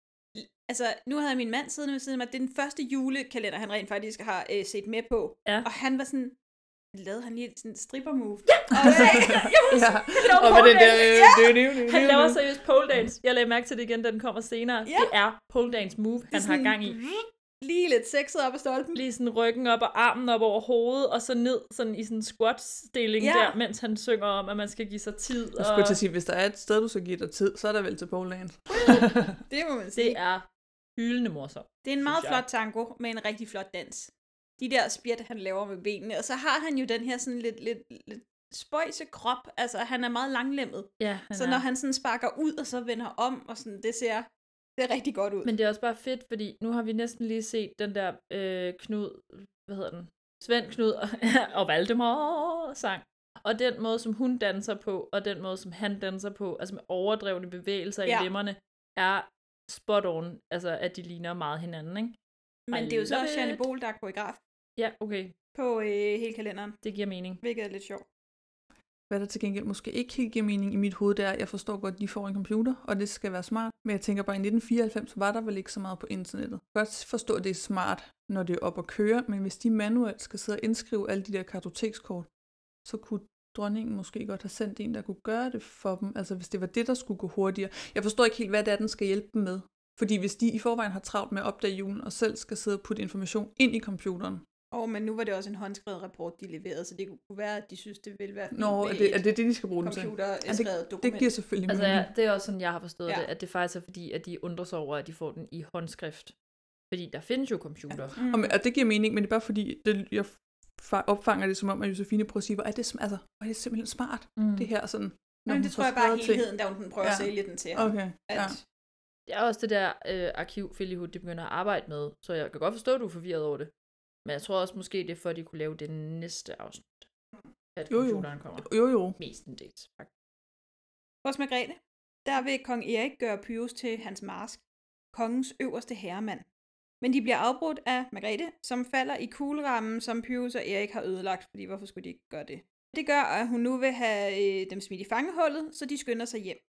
S9: Altså, nu havde min mand siddende ved siden af mig. Det er den første julekalender, han rent faktisk har øh, set med på.
S10: Ja.
S9: Og han var sådan... Lavede han lige sådan en stripper-move.
S10: Ja!
S9: Og, øh, jeg var,
S10: Ja.
S9: han lavede
S10: Og med
S9: pole
S10: den der,
S9: dance.
S10: øh,
S9: Ja!
S10: dø, dø, dø, dø, Han laver seriøst pole dance. Jeg lagde mærke til det igen, da den kommer senere.
S9: Ja.
S10: Det er pole dance move,
S9: Det er
S10: han har
S9: sådan-
S10: gang i.
S9: Lige lidt sexet op ad stolpen.
S10: Lige sådan ryggen op og armen op over hovedet, og så ned sådan i sådan en squat-stilling
S9: Ja.
S10: der, mens han synger om, at man skal give sig tid.
S8: Jeg skulle til at sige, hvis der er et sted, du skal give dig tid, så er der vel til pole dance.
S9: Det må man sige.
S10: Det er hyldende morsomt.
S9: Det er en meget
S10: synes jeg.
S9: flot tango med en rigtig flot dans. De der spjæt, han laver med benene. Og så har han jo den her sådan lidt, lidt, lidt spøjse krop. Altså, han er meget langlemmet.
S10: Ja, han
S9: Så
S10: er.
S9: når han sådan sparker ud, og så vender om, og sådan, det ser, det er rigtig godt ud.
S10: Men det er også bare fedt, fordi nu har vi næsten lige set den der øh, Knud, hvad hedder den? Svend Knud og, og Valdemar sang. Og den måde, som hun danser på, og den måde, som han danser på, altså med overdrevne bevægelser
S9: Ja.
S10: i lemmerne, er spot on, altså at de ligner meget hinanden, ikke?
S9: Men
S10: I
S9: det er jo så
S10: love
S9: også Janne
S10: it.
S9: Bohl, der er koreograf
S10: Ja, okay.
S9: på øh, hele kalenderen.
S10: Det giver mening.
S9: Hvilket er lidt sjovt.
S8: Hvad der til gengæld måske ikke helt giver mening i mit hoved, det er, at jeg forstår godt, at de får en computer, og det skal være smart. Men jeg tænker bare, i nitten fireoghalvfems var der vel ikke så meget på internettet. Jeg kan godt forstå, at det er smart, når det er op at køre, men hvis de manuelt skal sidde og indskrive alle de der kartotekskort, så kunne dronningen måske godt have sendt en, der kunne gøre det for dem. Altså hvis det var det, der skulle gå hurtigere. Jeg forstår ikke helt, hvad det er, den skal hjælpe dem med. Fordi hvis de i forvejen har travlt med at opdage julen, og selv skal sidde og putte information ind i computeren.
S9: Åh, oh, men nu var det også en håndskrevet rapport, de leverede, så det kunne være, at de synes, det ville være fint
S8: Nå,
S9: med
S8: er det,
S9: et
S8: er det det, de skal bruge den til?
S9: computerskrevet
S8: Ja, det,
S9: dokument.
S8: det giver selvfølgelig
S10: Altså,
S8: mening.
S10: ja, det er også sådan, jeg har forstået
S9: Ja.
S10: ja. det, at det faktisk er fordi, at de undrer sig over, at de får den i håndskrift. Fordi der findes jo computer. Ja.
S8: Mm. Og, og det giver mening, men det er bare fordi, det, jeg fa- opfanger det som om, at Josefine prøver at sige, hvor er det, sm- altså, hvor er det simpelthen smart,
S10: Mm.
S8: det her sådan.
S9: Men det tror jeg bare er helheden, der hun prøver
S8: Ja.
S9: at sælge den til ham.
S8: Okay,
S9: At,
S8: ja.
S10: Det er også det der øh, arkiv, Fillihud, de begynder at arbejde med, så jeg kan godt forstå, at du er forvirret over det. Men jeg tror også måske, det er for, at de kunne lave det næste afsnit. At
S8: Jo, jo.
S10: computeren kommer.
S8: Jo, jo.
S10: Mestendels, faktisk.
S9: Hos Margrethe, der vil kong Erik gøre Pyrus til hans marsk, kongens øverste herremand. Men de bliver afbrudt af Margrethe, som falder i kuglerammen, som Pyrus og Erik har ødelagt, fordi hvorfor skulle de ikke gøre det? Det gør, at hun nu vil have øh, dem smidt i fangehullet, så de skynder sig hjem.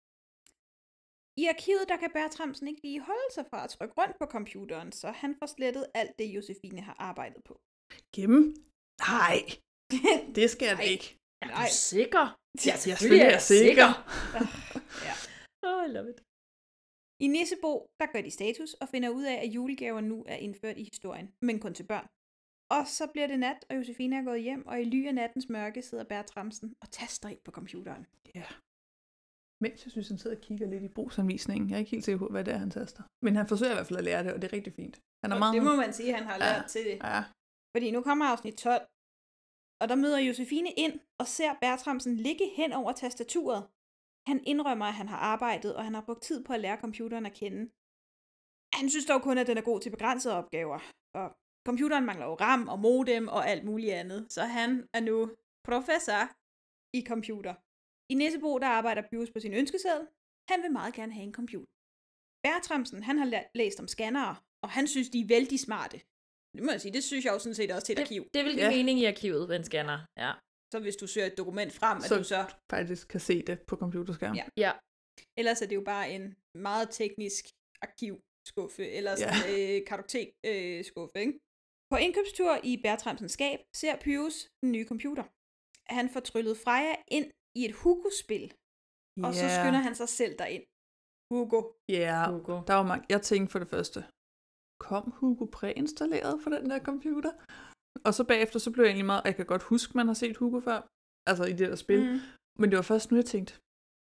S9: I arkivet, der kan Bertramsen ikke lige holde sig fra at trykke rundt på computeren, så han får slettet alt det, Josefine har arbejdet på.
S8: Gemme? Nej, det skal jeg da ikke.
S10: Er du sikker?
S8: Ja, selvfølgelig er jeg sikker.
S9: Ja.
S10: Oh, I love it.
S9: I Nissebo, der gør de status og finder ud af, at julegaver nu er indført i historien, men kun til børn. Og så bliver det nat, og Josefine er gået hjem, og i ly af nattens mørke sidder Bertramsen og taster ind på computeren.
S8: Ja. Mens jeg synes, han sidder og kigger lidt i brugsanvisningen. Jeg er ikke helt sikker på, hvad det er, han taster. Men han forsøger i hvert fald at lære det, og det er rigtig fint. Han er
S9: Og
S8: meget...
S9: det må man sige, at han har lært
S8: Ja.
S9: til det.
S8: Ja.
S9: Fordi nu kommer afsnit tolv, og der møder Josefine ind og ser Bertramsen ligge hen over tastaturet. Han indrømmer, at han har arbejdet, og han har brugt tid på at lære computeren at kende. Han synes dog kun, at den er god til begrænsede opgaver. Og computeren mangler jo RAM og modem og alt muligt andet, så han er nu professor i computer. I Nissebo, der arbejder Pyrus på sin ønskeseddel. Han vil meget gerne have en computer. Bertramsen, han har læst om scannere, og han synes, de er vældig smarte. Det må jeg sige, det synes jeg jo sådan set også til et
S10: Det,
S9: arkiv.
S10: det vil give
S8: Ja.
S10: mening i arkivet med en scanner. Ja.
S9: Så hvis du søger et dokument frem, at
S8: Så
S9: du så...
S8: faktisk kan se det på computerskærmen.
S9: Ja.
S10: Ja.
S9: Ellers er det jo bare en meget teknisk arkivskuffe, eller sådan en ja. øh, kartotekskuffe, ikke? På indkøbstur i Bertramsens skab ser Pyrus den nye computer. Han får tryllet Freja ind i et Hugo-spil, yeah. og så
S8: Ja.
S9: skynder han sig selv derind. Hugo.
S8: Ja,
S10: Hugo.
S8: der var mange. Jeg tænkte for det første, kom Hugo præinstalleret på den der computer? Og så bagefter, så blev jeg egentlig meget, jeg kan godt huske, man har set Hugo før, altså i det der spil,
S9: Mm.
S8: men det var først nu, jeg tænkte,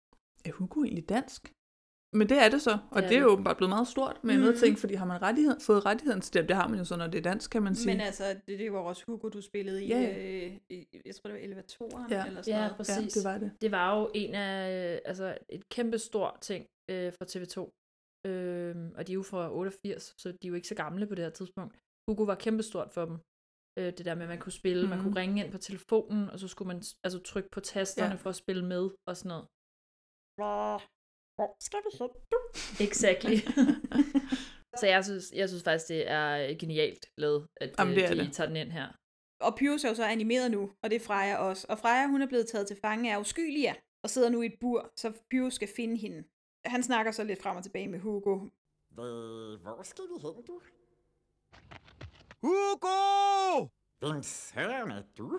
S8: er Hugo egentlig dansk? Men det er det så, og det er, det er jo åbenbart blevet meget stort med mm. noget ting, fordi har man rettighed, fået rettigheden til det, det har man jo så, når det er dansk, kan man sige.
S9: Men altså, det, det var også Hugo, du spillede i,
S8: ja.
S9: øh, i jeg tror det var Elevatoren,
S8: ja.
S9: eller sådan
S10: ja,
S9: noget.
S10: præcis.
S8: Ja, det var det.
S10: Det var jo en af, altså et kæmpe stort ting øh, for T V to, øh, og de er jo fra otteogfirs, så de er jo ikke så gamle på det her tidspunkt. Hugo var kæmpestort for dem. Øh, det der med, at man kunne spille, mm. man kunne ringe ind på telefonen, og så skulle man altså trykke på tasterne ja. for at spille med, og sådan noget. Hvor skal du så? Exactly. Så jeg synes, jeg synes faktisk, det er genialt lavet, at Jamen, det de det. tager den ind her.
S9: Og Pyrus er jo så animeret nu, og det er Freja også. Og Freja, hun er blevet taget til fange af Afskyelia, og sidder nu i et bur, så Pyrus skal finde hende. Han snakker så lidt frem og tilbage med Hugo.
S14: Hvor skal vi hen, du?
S1: Hugo!
S14: Hvem søren er du?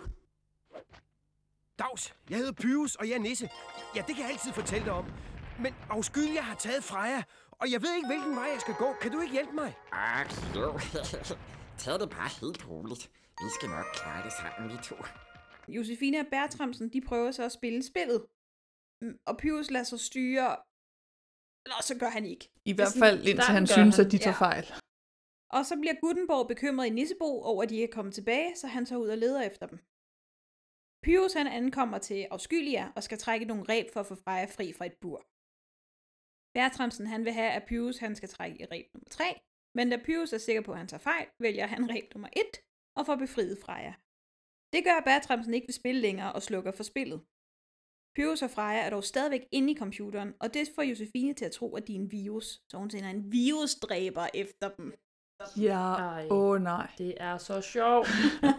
S1: Dags, jeg hedder Pyrus, og jeg er nisse. Ja, det kan jeg altid fortælle dig om. Men Afskyelia har taget Freja, og jeg ved ikke, hvilken vej jeg skal gå. Kan du ikke hjælpe mig?
S14: Ah, jo. Tag det bare helt roligt. Vi skal nok klare det sammen, vi to.
S9: Josefine og Bertramsen, de prøver så at spille spillet. Og Pyrus lader sig styre, eller så gør han ikke.
S8: I hvert fald indtil han synes, han. at de tager ja. fejl.
S9: Og så bliver Guttenborg bekymret i Nissebo over, at de ikke er kommet tilbage, så han tager ud og leder efter dem. Pyrus han ankommer til Afskyelia og skal trække nogle reb for at få Freja fri fra et bur. Bertramsen han vil have, at Pyrus han skal trække i reb nummer tre, men da Pyrus er sikker på, at han tager fejl, vælger han reb nummer et og får befriet Freja. Det gør, at Bertramsen ikke vil spille længere og slukker for spillet. Pyrus og Freja er dog stadigvæk inde i computeren, og det får Josefine til at tro, at de er en virus, så hun sender en virusdræber efter dem.
S8: Ja, åh oh, nej.
S10: Det er så sjovt.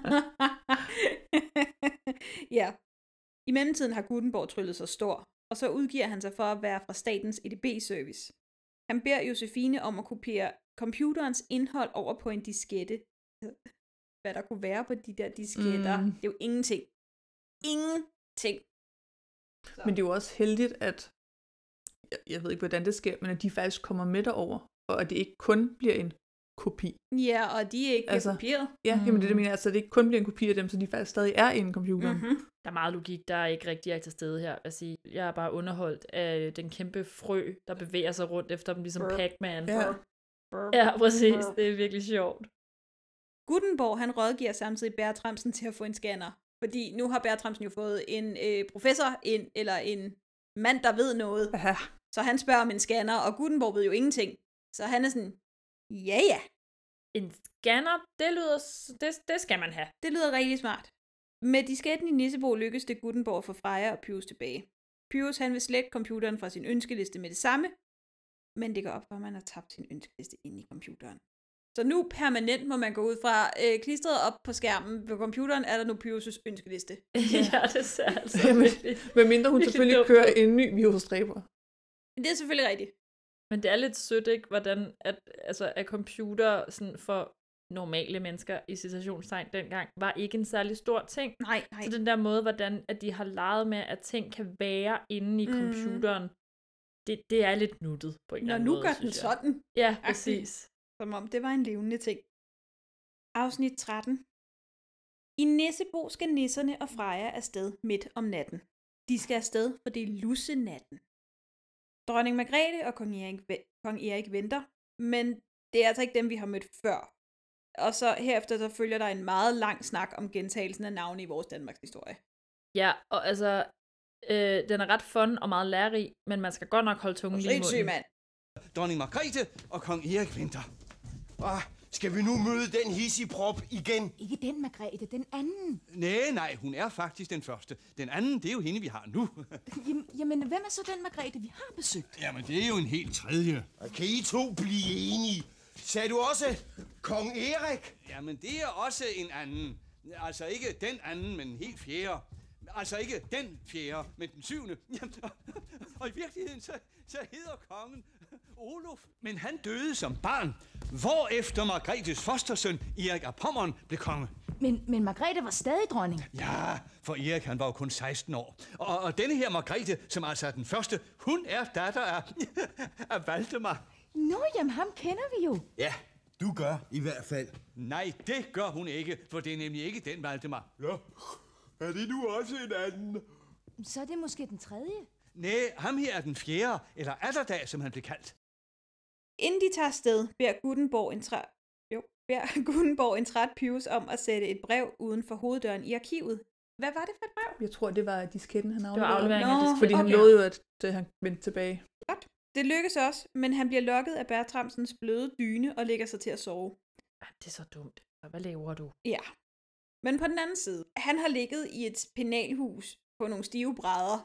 S9: Ja. I mellemtiden har Guttenborg tryllet sig stor, og så udgiver han sig for at være fra statens E D B-service. Han beder Josefine om at kopiere computerens indhold over på en diskette. Hvad der kunne være på de der disketter. Mm. Det er jo ingenting. Ingenting. Så.
S8: Men det er jo også heldigt, at jeg, jeg ved ikke, hvordan det sker, men at de faktisk kommer med derover, og at det ikke kun bliver en kopi.
S9: Ja, og de er ikke
S8: altså,
S9: kopieret.
S8: Ja, mm. jamen det, det mener jeg, altså, at det ikke kun bliver en kopi af dem, så de faktisk stadig er inde i computeren.
S9: Mm-hmm.
S10: Der er meget logik, der er ikke rigtig er til stede her. Altså, jeg er bare underholdt af den kæmpe frø, der bevæger sig rundt efter dem, ligesom Pac-Man.
S8: Ja.
S10: ja, præcis. Det er virkelig sjovt.
S9: Guttenborg, han rådgiver samtidig Bertramsen til at få en scanner. Fordi nu har Bertramsen jo fået en øh, professor ind, eller en mand, der ved noget.
S8: Aha.
S9: Så han spørger om en scanner, og Guttenborg ved jo ingenting. Så han er sådan, ja ja.
S10: En scanner, det lyder, det, det skal man have.
S9: Det lyder rigtig smart. Med disketten i Nissebo lykkes det Guttenborg for Freja og Pyrus tilbage. Pyrus han vil slække computeren fra sin ønskeliste med det samme, men det går op for, at man har tabt sin ønskeliste inde i computeren. Så nu permanent må man gå ud fra øh, klistret op på skærmen på computeren, er der nu Pyrus' ønskeliste.
S10: Ja, det ser altså
S8: Med mindre hun selvfølgelig kører en ny virusdræber.
S9: Det er selvfølgelig rigtigt.
S10: Men det er lidt sødt, ikke? Hvordan at, altså, at computer sådan, for normale mennesker i citationstegn dengang var ikke en særlig stor ting.
S9: Nej, nej.
S10: Så den der måde, hvordan at de har leget med, at ting kan være inde i mm. computeren, det, det er lidt nuttet på en eller anden
S9: måde.
S10: måde,
S9: Nå, nu gør den
S10: jeg.
S9: sådan.
S10: Ja, præcis.
S9: Som om det var en levende ting. Afsnit tretten. I Nissebo skal nisserne og Freja afsted midt om natten. De skal afsted, for det er lussenatten. Dronning Margrethe og kong Erik, kong Erik venter, men det er altså ikke dem, vi har mødt før. Og så herefter så følger der en meget lang snak om gentagelsen af navne i vores Danmarks historie.
S10: Ja, og altså, øh, den er ret fun og meget lærerig, men man skal godt nok holde tungen lige i munden.
S9: Mand.
S12: Dronning Margrethe og kong Erik venter.
S1: Ah, skal vi nu møde den hissig-prop igen?
S15: Ikke den, Margrethe, den anden.
S12: Nej, nej, hun er faktisk den første. Den anden, det er jo hende, vi har nu.
S15: Jamen, jamen, hvem er så den, Margrethe, vi har besøgt?
S12: Jamen, det er jo en helt tredje.
S1: Og kan I to blive enige? Sagde du også kong Erik?
S12: Jamen, det er også en anden. Altså ikke den anden, men en helt fjerde. Altså ikke den fjerde, men den syvende. Og i virkeligheden, så, så hedder kongen Olof. Men han døde som barn, hvorefter Margrethes fostersøn Erik af Pommern blev konge.
S15: Men, men Margrethe var stadig dronning.
S12: Ja, for Erik han var jo kun seksten år. Og, og denne her Margrethe, som altså er den første, hun er datter af, af Valdemar.
S15: Nå, jamen ham kender vi jo.
S1: Ja, du gør i hvert fald.
S12: Nej, det gør hun ikke, for det er nemlig ikke den Valdemar.
S1: Ja, er det nu også en anden?
S15: Så er det måske den tredje.
S12: Nej, ham her er den fjerde, eller Atterdag, som han blev kaldt.
S9: Inden de tager afsted, beder Gutenborg en, træ... jo, beder Gutenborg en træt Pius om at sætte et brev uden for hoveddøren i arkivet. Hvad var det for et brev?
S8: Jeg tror, det var disketten, han
S10: Det var
S8: afleverede.
S10: afleveringen af
S9: Nå,
S10: disketten.
S8: Fordi han
S9: okay.
S8: lovede jo, at det, han vendte tilbage.
S9: Godt. Det lykkes også, men han bliver lokket af Bertramsens bløde dyne og lægger sig til at sove.
S10: Det er så dumt. Hvad laver du?
S9: Ja. Men på den anden side, han har ligget i et penalhus på nogle stive brædder.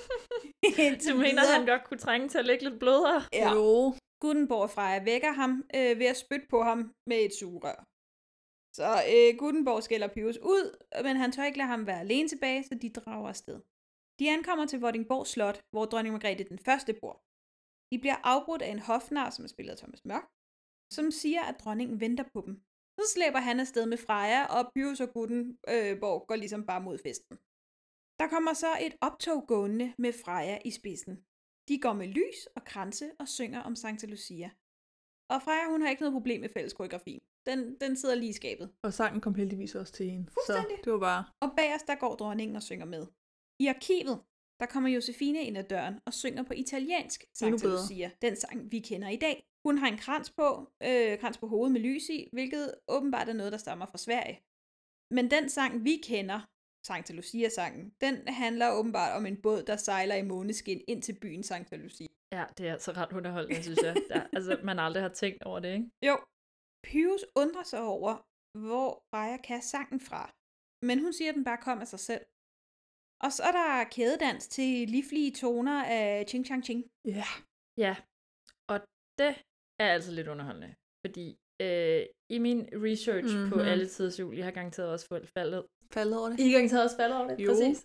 S10: Du mener, at han godt kunne trænge til at lægge lidt blødere?
S9: Ja.
S8: Jo.
S9: Gutenborg og Freja vækker ham øh, ved at spytte på ham med et sugerør. Så øh, Gutenborg skælder Pius ud, men han tør ikke lade ham være alene tilbage, så de drager afsted. De ankommer til Vordingborg Slot, hvor dronning Margrethe den første bor. De bliver afbrudt af en hofnar, som er spillet af Thomas Mørk, som siger, at dronningen venter på dem. Så slæber han afsted med Freja, og Pius og Gutenborg går ligesom bare mod festen. Der kommer så et optog gående med Freja i spidsen. De går med lys og kranse og synger om Sankta Lucia. Og Freja, hun har ikke noget problem med fælles koreografi. Den, den sidder lige i skabet.
S8: Og sangen kom heldigvis også til en. Så det var bare...
S9: Og bag os, der går dronningen og synger med. I arkivet, der kommer Josefine ind ad døren og synger på italiensk Sankta Lucia, den sang, vi kender i dag. Hun har en krans på, øh, krans på hovedet med lys i, hvilket åbenbart er noget, der stammer fra Sverige. Men den sang, vi kender, Sankta Lucia-sangen, den handler åbenbart om en båd, der sejler i måneskin ind til byen Sankta Lucia.
S10: Ja, det er altså ret underholdende, synes jeg. Der, altså, man aldrig har tænkt over det, ikke?
S9: Jo. Pius undrer sig over, hvor Freja kan sangen fra. Men hun siger, at den bare kom af sig selv. Og så er der kædedans til livlige toner af Ching Chang Ching.
S8: Ja. Yeah.
S10: Ja, og det er altså lidt underholdende. Fordi øh, i min research mm-hmm. på alle tiders jul, jeg har garanteret også fået faldet.
S8: Faldet over det?
S10: I har garanteret også faldet over det,
S8: jo.
S10: Præcis.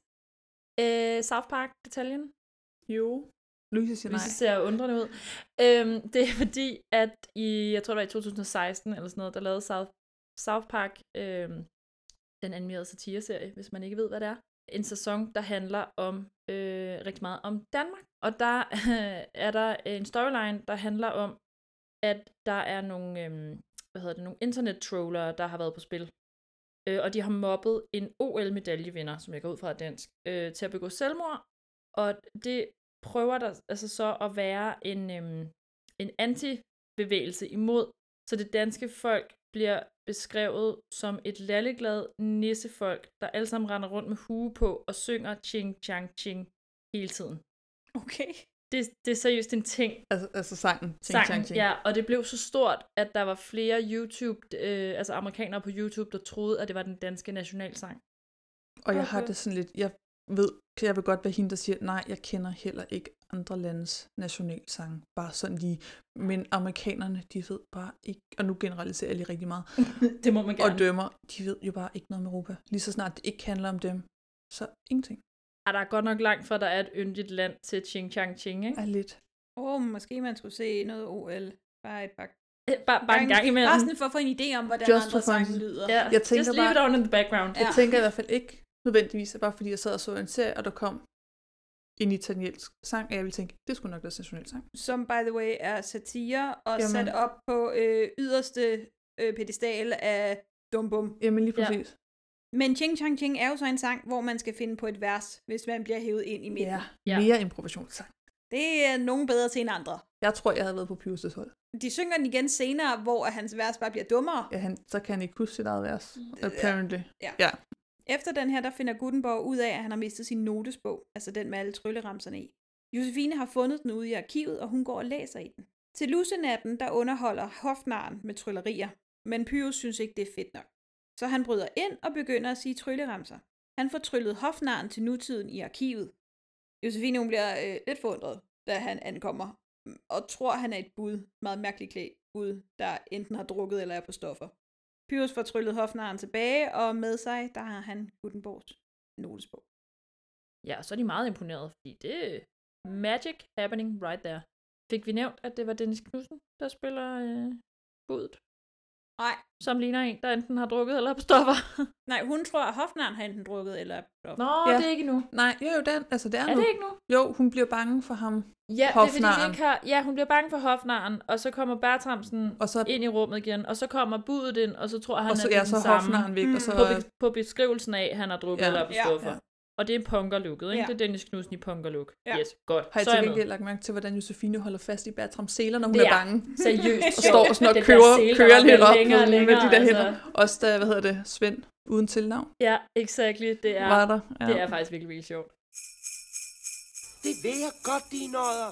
S10: Øh, South Park-detaljen.
S8: Jo. Louise siger nej.
S10: Louise ser undrende ud. Øhm, det er fordi, at i, jeg tror det var i to tusind og seksten eller sådan noget, der lavede South, South Park øhm, den animerede satireserie, hvis man ikke ved, hvad det er. En sæson, der handler om øh, rigtig meget om Danmark. Og der øh, er der en storyline, der handler om, at der er nogle, øh, hvad hedder det, nogle internet-trollere, der har været på spil. Øh, og de har mobbet en O L-medaljevinder, som jeg går ud fra er dansk, øh, til at begå selvmord. Og det prøver der altså så at være en, øhm, en antibevægelse imod, så det danske folk bliver beskrevet som et lalleglad nissefolk, der alle sammen render rundt med hue på og synger ching chang ching hele tiden.
S9: Okay.
S10: Det, det er seriøst en ting.
S8: Altså, altså sangen. Ching,
S10: sangen,
S8: chang, ching.
S10: ja, og det blev så stort, at der var flere YouTube, øh, altså amerikanere på YouTube, der troede, at det var den danske nationalsang.
S8: Og jeg okay. har det sådan lidt, jeg ved, jeg vil godt være hende, der siger, nej, jeg kender heller ikke andre landes nationalsange, bare sådan lige, men amerikanerne, de ved bare ikke, og nu generaliserer jeg lige rigtig meget,
S10: det må man gerne.
S8: Og dømmer, de ved jo bare ikke noget om Europa. Lige så snart det ikke handler om dem, så ingenting.
S10: Er der godt nok langt fra, der er et yndigt land til Ching Chang Ching, ikke?
S8: Er lidt.
S9: Åh, oh, måske man skulle se noget O L. Bare et par...
S10: Bare, bare en gang imellem.
S9: Bare sådan for at få en idé om, hvordan
S8: Just
S9: andre sange lyder.
S10: Ja,
S8: jeg tænker
S10: just leave
S8: bare,
S10: it on in the background.
S8: Jeg ja. tænker i hvert fald ikke nødvendigvis, at bare fordi jeg sad og så en serie, og der kom en italiensk sang, og jeg ville tænke, det skulle nok være nationalsang.
S9: Som, by the way, er satire og
S8: Jamen.
S9: sat op på øh, yderste øh, pedestal af Dumbum.
S8: Jamen lige præcis. Ja.
S9: Men Ching Chang Ching er jo så en sang, hvor man skal finde på et vers, hvis man bliver hævet ind i midten.
S8: Ja, ja. Mere improvisationssang.
S9: Det er nogen bedre til end andre.
S8: Jeg tror, jeg havde været på Pius' hold.
S9: De synger den igen senere, hvor hans vers bare bliver dummere.
S8: Ja, han, så kan han ikke huske sit eget vers, apparently.
S9: Ja.
S8: ja.
S9: Efter den her, der finder Gutenborg ud af, at han har mistet sin notesbog, altså den med alle trylleramserne i. Josefine har fundet den ude i arkivet, og hun går og læser i den. Til lussenatten, der underholder hofnaren med tryllerier, men Pius synes ikke, det er fedt nok. Så han bryder ind og begynder at sige trylleramser. Han får tryllet hofnaren til nutiden i arkivet. Josefine, hun bliver øh, lidt forundret, da han ankommer, og tror, han er et bud, meget mærkeligt klædt bud, der enten har drukket eller er på stoffer. Pius får tryllet hofnaren tilbage, og med sig, der har han Gutenborgs notesbog.
S10: Ja, så er de meget imponeret, fordi det er magic happening right there. Fik vi nævnt, at det var Dennis Knudsen, der spiller øh, budet?
S9: Nej.
S10: Som ligner en, der enten har drukket eller er på stoffer.
S9: Nej, hun tror, at hofnaren har enten drukket eller er på stoffer.
S10: Nå,
S8: ja.
S10: det er ikke nu.
S8: Nej, jo, jo, den, altså det er,
S10: er
S8: nu.
S10: det ikke nu?
S8: Jo, hun bliver bange for ham.
S10: Ja,
S8: hofnaren.
S10: det er fordi, de ikke har... Ja, hun bliver bange for hofnaren, og så kommer Bertramsen
S8: og så...
S10: ind i rummet igen, og så kommer budet ind, og så tror han,
S8: og så,
S10: at det
S8: ja,
S10: er
S8: så
S10: den samme.
S8: hofnaren væk,
S10: mm.
S8: og så...
S10: På, be- på beskrivelsen af, at han har drukket
S8: ja.
S10: eller er på stoffer. Ja, ja. Og det er punkerlooket, ikke?
S9: Ja.
S10: Det er Dennis Knudsen i punkerlook.
S9: Ja.
S10: Yes, godt.
S8: Har jeg
S10: Så
S8: til
S10: er jeg
S8: gengæld
S10: med.
S8: lagt mærke til, hvordan Josefine holder fast i Bertrams seler, når hun
S10: Det
S8: er
S10: er
S8: bange.
S10: seriøst
S8: Og står sådan og
S10: Den der
S8: kører,
S10: sele, der
S8: kører
S10: bare
S8: lidt
S10: bliver
S8: op
S10: længere og
S8: med
S10: længere,
S8: de der
S10: altså.
S8: hænder. Også da, hvad hedder det, Svend uden tilnavn.
S10: Ja, exactly. Det er,
S8: Var der, ja.
S10: det er faktisk virkelig, virkelig sjovt.
S3: Det ved jeg godt, de nødder.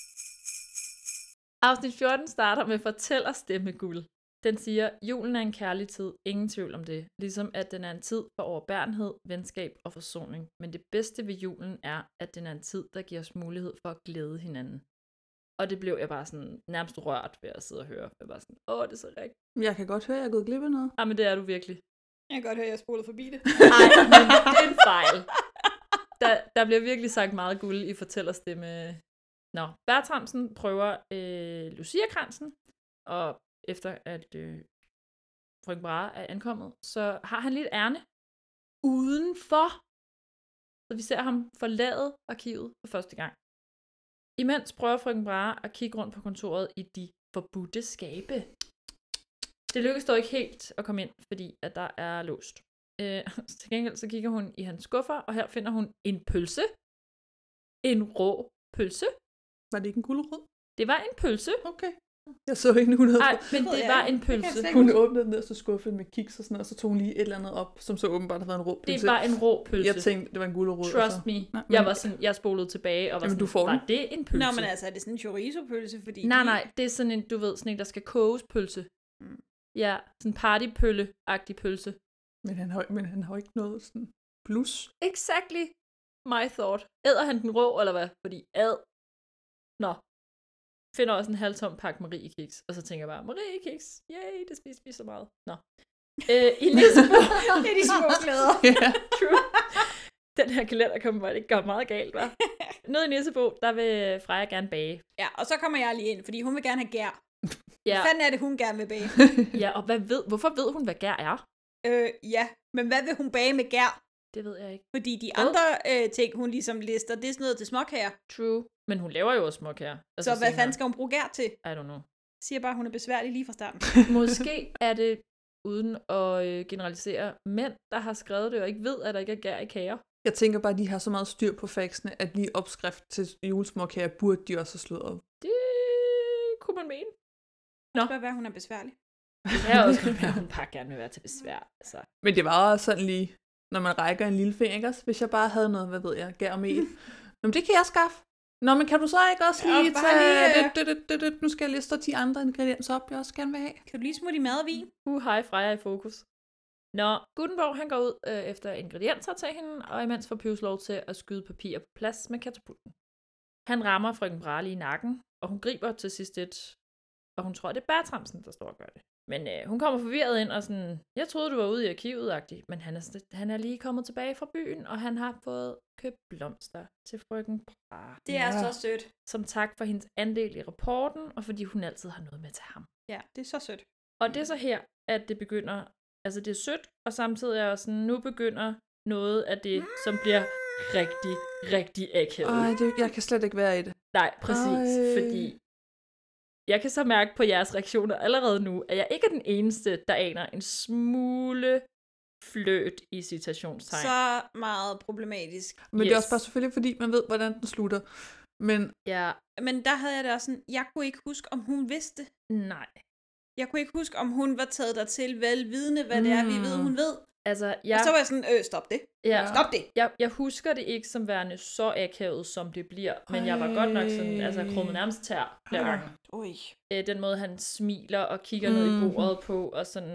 S10: Afsnit fjorten starter med fortællerstemme guld. Den siger, julen er en kærlig tid, ingen tvivl om det. Ligesom at den er en tid for overbærenhed, venskab og forsoning. Men det bedste ved julen er, at den er en tid, der giver os mulighed for at glæde hinanden. Og det blev jeg bare sådan nærmest rørt ved at sidde og høre. Jeg var sådan, åh, det er så rigtigt.
S8: Jeg kan godt høre, at jeg er gået glip af noget.
S10: Ah, men det er du virkelig.
S9: Jeg kan godt høre, at jeg spolede forbi det.
S10: Nej, men det er en fejl. Der, der bliver virkelig sagt meget guld i fortællerstemme. Nå, Bertramsen prøver øh, Lucia-kransen, og efter at øh, frøken Brahe er ankommet, så har han lidt ærne udenfor. Så vi ser ham forlade arkivet for første gang. Imens prøver frøken Brahe at kigge rundt på kontoret i de forbudte skabe. Det lykkes dog ikke helt at komme ind, fordi at der er låst. Øh, til gengæld så kigger hun i hans skuffer, og her finder hun en pølse. En rå pølse.
S8: Var det ikke en gulerod?
S10: Det var en pølse.
S8: Okay. Jeg så ikke, hun havde...
S10: Nej, men det var en pølse.
S8: Hun åbnede den nederste skuffe med kiks og sådan noget, og så tog hun lige et eller andet op, som så åbenbart havde været en rå pølse.
S10: Det var en rå pølse.
S8: Jeg tænkte, det var en gulerod.
S10: Trust
S8: så.
S10: me.
S8: Nej,
S10: Jeg var sådan, jeg spolede tilbage og var
S8: Jamen,
S10: sådan,
S8: du får
S10: var
S8: den.
S10: det en pølse?
S9: Nå, men altså, er det sådan en chorizo-pølse? Fordi
S10: Nej,
S9: de...
S10: nej, det er sådan en, du ved, sådan en, der skal koges pølse. Mm. Ja, sådan en partypølle-agtig pølse.
S8: Men han har, men han har ikke noget sådan plus.
S10: Exactly my thought. Æder han den rå, eller hvad? Fordi ad. Nå. Finder også en halvtom pakke Mariekiks, og så tænker jeg bare, Mariekiks, yay, det spiser vi så meget. Nå. Øh, I Nissebo.
S9: Det er de små glæder.
S10: Yeah. True. Den her kalender kommer bare ikke gøre meget galt, hva'? Nede i Nissebo, der vil Freja gerne bage.
S9: Ja, og så kommer jeg lige ind, fordi hun vil gerne have gær.
S10: Ja.
S9: Hvad fanden er det, hun gerne vil bage?
S10: Ja, og hvad ved, hvorfor ved hun, hvad gær er?
S9: Øh, ja, men hvad vil hun bage med gær?
S10: Det ved jeg ikke.
S9: Fordi de andre øh, ting, hun ligesom lister, det er sådan noget til småkager.
S10: True. Men hun laver jo også småkager.
S9: Altså, så hvad fanden skal hun bruge gær til?
S10: I don't know.
S9: Siger bare, hun er besværlig lige fra starten.
S10: Måske er det, uden at øh, generalisere, mænd, der har skrevet det, og ikke ved, at der ikke er gær i kager.
S8: Jeg tænker bare, at de har så meget styr på faxene, at lige opskrift til julesmåkager burde de også have slået op.
S10: Det kunne man mene.
S9: Nå. Det kan være, hun er besværlig.
S10: Det kan også være, at hun bare gerne vil være til besvær. Altså.
S8: Men det var også sådan lige, når man rækker en lille finger, ikke? Hvis jeg bare havde noget, hvad ved jeg, gær og mel. Nå, men det kan jeg skaffe. Nå, men kan du så ikke også lige
S9: ja,
S8: tage...
S9: lige,
S8: det, det, det, det, det. Nu skal jeg liste de andre ingredienser op, jeg også gerne vil have.
S9: Kan du lige smutte i mad og vin?
S10: Uh, hej, Freja i fokus. Nå, Gutenborg, han går ud øh, efter ingredienser til hende, og imens får Pivs lov til at skyde papir på plads med katapulten. Han rammer frøken Brahe i nakken, og hun griber til sidst et, og hun tror, det er Bertramsen, der står og gør det. Men øh, hun kommer forvirret ind og sådan, jeg troede, du var ude i arkivet-agtigt, men han er, han er lige kommet tilbage fra byen, og han har fået købt blomster til frøken Brahe.
S9: Det er ja. så sødt.
S10: Som tak for hendes andel i rapporten, og fordi hun altid har noget med til ham.
S9: Ja, det er så sødt.
S10: Og det er så her, at det begynder, altså det er sødt, og samtidig er også sådan, nu begynder noget af det, som bliver rigtig, rigtig akavet.
S8: Ej, det, jeg kan slet ikke være i det.
S10: Nej, præcis, Ej. fordi jeg kan så mærke på jeres reaktioner allerede nu, at jeg ikke er den eneste, der aner en smule fløt i citationstegn.
S9: Så meget problematisk.
S8: Men yes. Det er også bare selvfølgelig, fordi man ved, hvordan den slutter. Men,
S10: ja.
S9: Men der havde jeg det også sådan, jeg kunne ikke huske, om hun vidste.
S10: Nej.
S9: Jeg kunne ikke huske, om hun var taget der til velvidende, hvad mm. det er, vi ved, hun ved.
S10: Altså, jeg...
S9: Og så var jeg sådan, øh, stop det.
S10: Ja.
S9: Stop det.
S10: Jeg, jeg husker det ikke som værende så akavet, som det bliver. Men jeg var godt nok sådan, altså krummet nærmest tær flere gange. Øh, den måde, han smiler og kigger mm. ned i bordet på, og sådan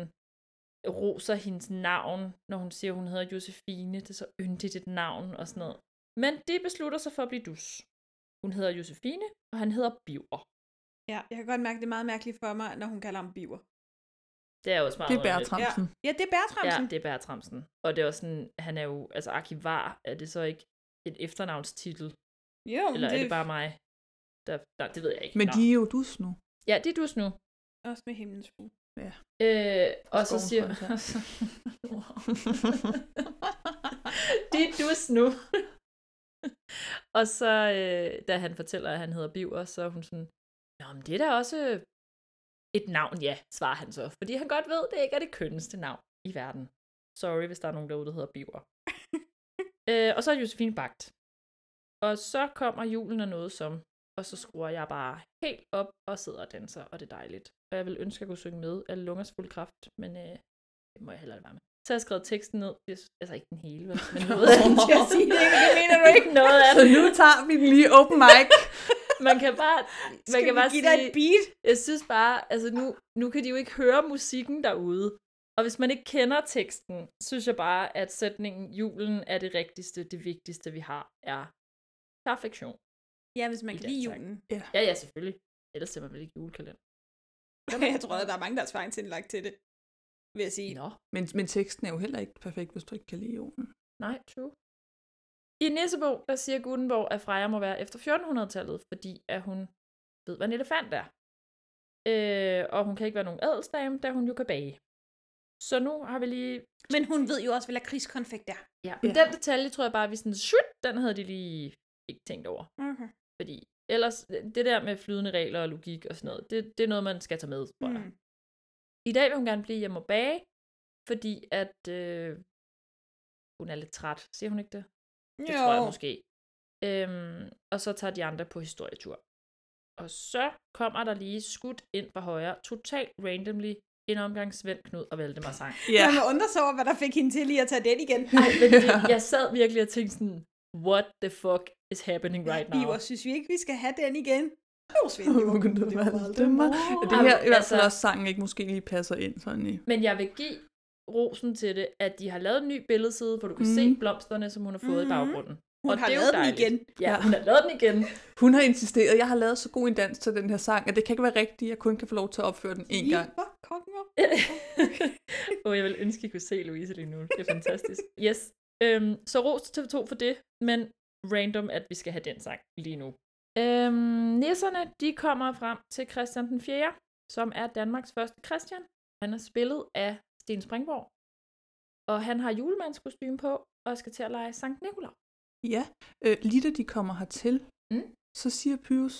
S10: roser hendes navn, når hun siger, hun hedder Josefine. Det er så yndigt et navn og sådan noget. Men det beslutter sig for at blive dus. Hun hedder Josefine, og han hedder Biver.
S9: Ja, jeg kan godt mærke, det er meget mærkeligt for mig, når hun kalder ham Biver.
S10: Det er også meget
S8: Det er Bertramsen.
S9: Ja. ja, det er Bertramsen.
S10: Ja, det er Bertramsen. Og det er også sådan, han er jo, altså arkivar, er det så ikke et efternavnstitel?
S9: Jo,
S10: Eller
S9: det...
S10: er det bare mig? Der, nej, det ved jeg ikke.
S8: Men
S10: Nå.
S8: de er jo dus nu.
S10: Ja, de er dus nu.
S9: Også med himlens fugl.
S8: Ja.
S10: Øh, og så siger... de er dus nu. Og så, øh, da han fortæller, at han hedder Biver, så er hun sådan, nå, men det er da også et navn, ja, svarer han så. Fordi han godt ved, det ikke er det kønneste navn i verden. Sorry, hvis der er nogen derude, der hedder Biver. Øh, og så er Josefine bagt. Og så kommer julen af noget som, og så skruer jeg bare helt op og sidder og danser, og det er dejligt. Og jeg vil ønske, at jeg kunne synge med af lungers fuld kraft, men øh, det må jeg heller ikke være med. Så har jeg skrevet teksten ned, altså ikke den hele, men noget af den. Jeg siger det ikke, det mener du ikke noget af
S8: Så nu tager vi den lige open mic.
S10: Man kan bare, man
S9: Skal
S10: kan
S9: vi
S10: bare
S9: give
S10: sige,
S9: dig et beat?
S10: Jeg synes bare, altså nu, nu kan de jo ikke høre musikken derude. Og hvis man ikke kender teksten, synes jeg bare, at sætningen julen er det rigtigste, det vigtigste vi har, er perfektion.
S9: Ja, hvis man kan lide julen.
S10: Ja. ja, ja, selvfølgelig. Ellers ser man vel ikke julekalender.
S9: Jeg tror, at der er mange, der er tvangsindlagt til det, vil jeg sige.
S10: Nå.
S8: Men, men teksten er jo heller ikke perfekt, hvis du ikke kan lide julen.
S10: Nej, true. I Nissebo, der siger Gutenborg, at Freja må være efter fjortenhundredetallet, fordi at hun ved, hvad en elefant er. Øh, og hun kan ikke være nogen adelsdame, da hun jo kan bage. Så nu har vi lige...
S9: Men hun ved jo også, hvad lakridskonfekt er.
S10: Ja, men ja. Den detalje tror jeg bare, vi sådan... Shoot, den havde de lige ikke tænkt over.
S9: Okay.
S10: Fordi ellers, det der med flydende regler og logik og sådan noget, det, det er noget, man skal tage med, tror jeg.
S9: Mm.
S10: I dag vil hun gerne blive hjemme og bage, fordi at øh, hun er lidt træt. Siger hun ikke det? Det
S9: jo.
S10: tror jeg måske. Øhm, og så tager de andre på historietur. Og så kommer der lige skudt ind fra højre, totalt randomly, en omgang Svend, Knud og Valdemar sang.
S9: Yeah. Man undrer sig over, hvad der fik hende til lige at tage den igen.
S10: Ej, men det, jeg sad virkelig og tænkte sådan, what the fuck is happening right now?
S9: Iver, synes vi ikke, vi skal have den igen? Jo, Svend, det var
S8: Knud og Valdemar. Det her i hvert fald også sangen ikke måske lige passer ind sådan i.
S10: Men jeg vil give rosen til det, at de har lavet en ny billedside, hvor du kan mm. se blomsterne, som hun har fået mm. i baggrunden.
S9: Hun
S10: og
S9: har
S10: det er
S9: lavet
S10: jo
S9: den igen.
S10: Ja, hun har lavet den igen.
S8: Hun har insisteret, jeg har lavet så god en dans til den her sang, at det kan ikke være rigtigt, at jeg kun kan få lov til at opføre den en gang.
S10: Åh, oh, jeg vil ønske, at I kunne se Louise lige nu. Det er fantastisk. Yes. Øhm, så ros til T V to for det, men random, at vi skal have den sang lige nu. Øhm, nisserne, de kommer frem til Christian den fjerde, som er Danmarks første Christian. Han er spillet af Sten Springborg. Og han har julemandskostyme på, og skal til at lege Sankt Nikolaj.
S8: Ja, øh, lige da de kommer hertil,
S10: mm.
S8: så siger Pyrus,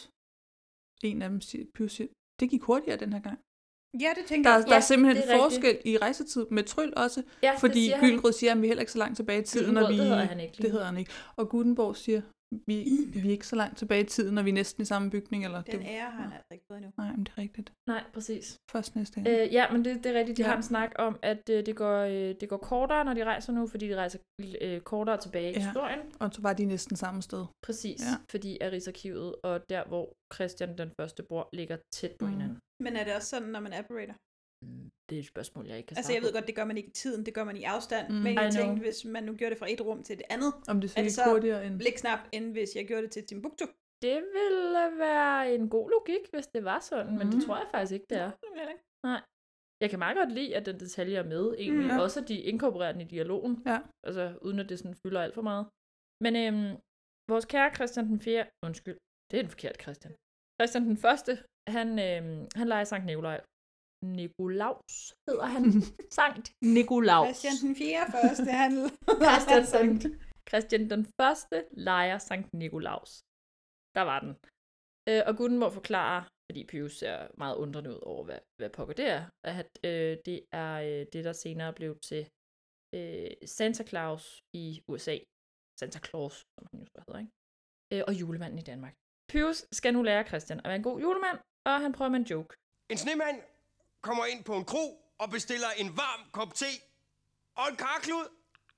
S8: en af dem siger, Pyrus siger, det gik hurtigere den her gang.
S9: Ja, det tænker
S8: der,
S9: jeg.
S8: Der
S9: Ja,
S8: er simpelthen
S9: det er
S8: forskel rigtigt. I rejsetid med Tryl også,
S10: ja,
S8: fordi
S10: siger
S8: Gyldenrød siger, at vi er heller ikke så langt tilbage i tiden, når vi...
S10: det hedder han ikke.
S8: Det hedder han ikke. Og Gutenborg siger, vi, vi er ikke så langt tilbage i tiden, når vi er næsten i samme bygning. Eller
S9: Den
S8: det,
S9: ære har han altså ikke fået endnu.
S8: Nej, men det er rigtigt.
S10: Nej, præcis.
S8: Først næste gang.
S10: Øh, ja, men det, det er rigtigt. De ja.
S8: Ja.
S10: har en snak om, at øh, det, går, øh, det går kortere, når de rejser nu, fordi de rejser øh, kortere tilbage i
S8: Ja.
S10: historien.
S8: Og så var de næsten samme sted.
S10: Præcis,
S8: Ja.
S10: fordi er Rigsarkivet og der, hvor Christian den første bor, ligger tæt på
S8: Mm.
S10: hinanden.
S9: Men er det også sådan, når man apparater?
S10: Det er et spørgsmål, jeg ikke kan
S9: Altså,
S10: svare
S9: jeg ved
S10: på.
S9: godt, det gør man ikke i tiden, det gør man i afstand.
S8: Mm.
S9: Mm. Men
S10: I
S9: jeg
S10: know.
S9: tænkte, hvis man nu gjorde det fra et rum til det andet,
S8: Om det så
S9: er
S8: ikke
S9: det så
S8: hurtigere end...
S9: bliksnap, end hvis jeg gjorde det til Timbuktu.
S10: Det ville være en god logik, hvis det var sådan, men det
S8: Mm.
S10: tror jeg faktisk ikke, det er. Nej. Jeg kan meget godt lide, at den detalje er med, egentlig.
S8: Mm. Ja.
S10: Også at de inkorporerer den i dialogen.
S8: Ja.
S10: Altså, uden at det sådan fylder alt for meget. Men øhm, vores kære Christian den fjerde... Undskyld, det er en forkert Christian. Christian den første, han, øhm, han leger Sankt Nikolaj. Nikolaus hedder han. Sankt Nikolaus.
S9: Christian den fjerde første, han...
S10: Christian, Sankt, Christian den første leger Sankt Nikolaus. Der var den. Øh, og Gutenborg forklarer, fordi Pius ser meget undrende ud over, hvad, hvad pokker det er, at øh, det er øh, det, der senere blev til øh, Santa Claus i U S A. Santa Claus, som han jo så hedder, ikke? Øh, og julemanden i Danmark. Pius skal nu lære Christian at være en god julemand, og han prøver med en joke.
S1: En snemand kommer ind på en kro og bestiller en varm kop te og en karklud.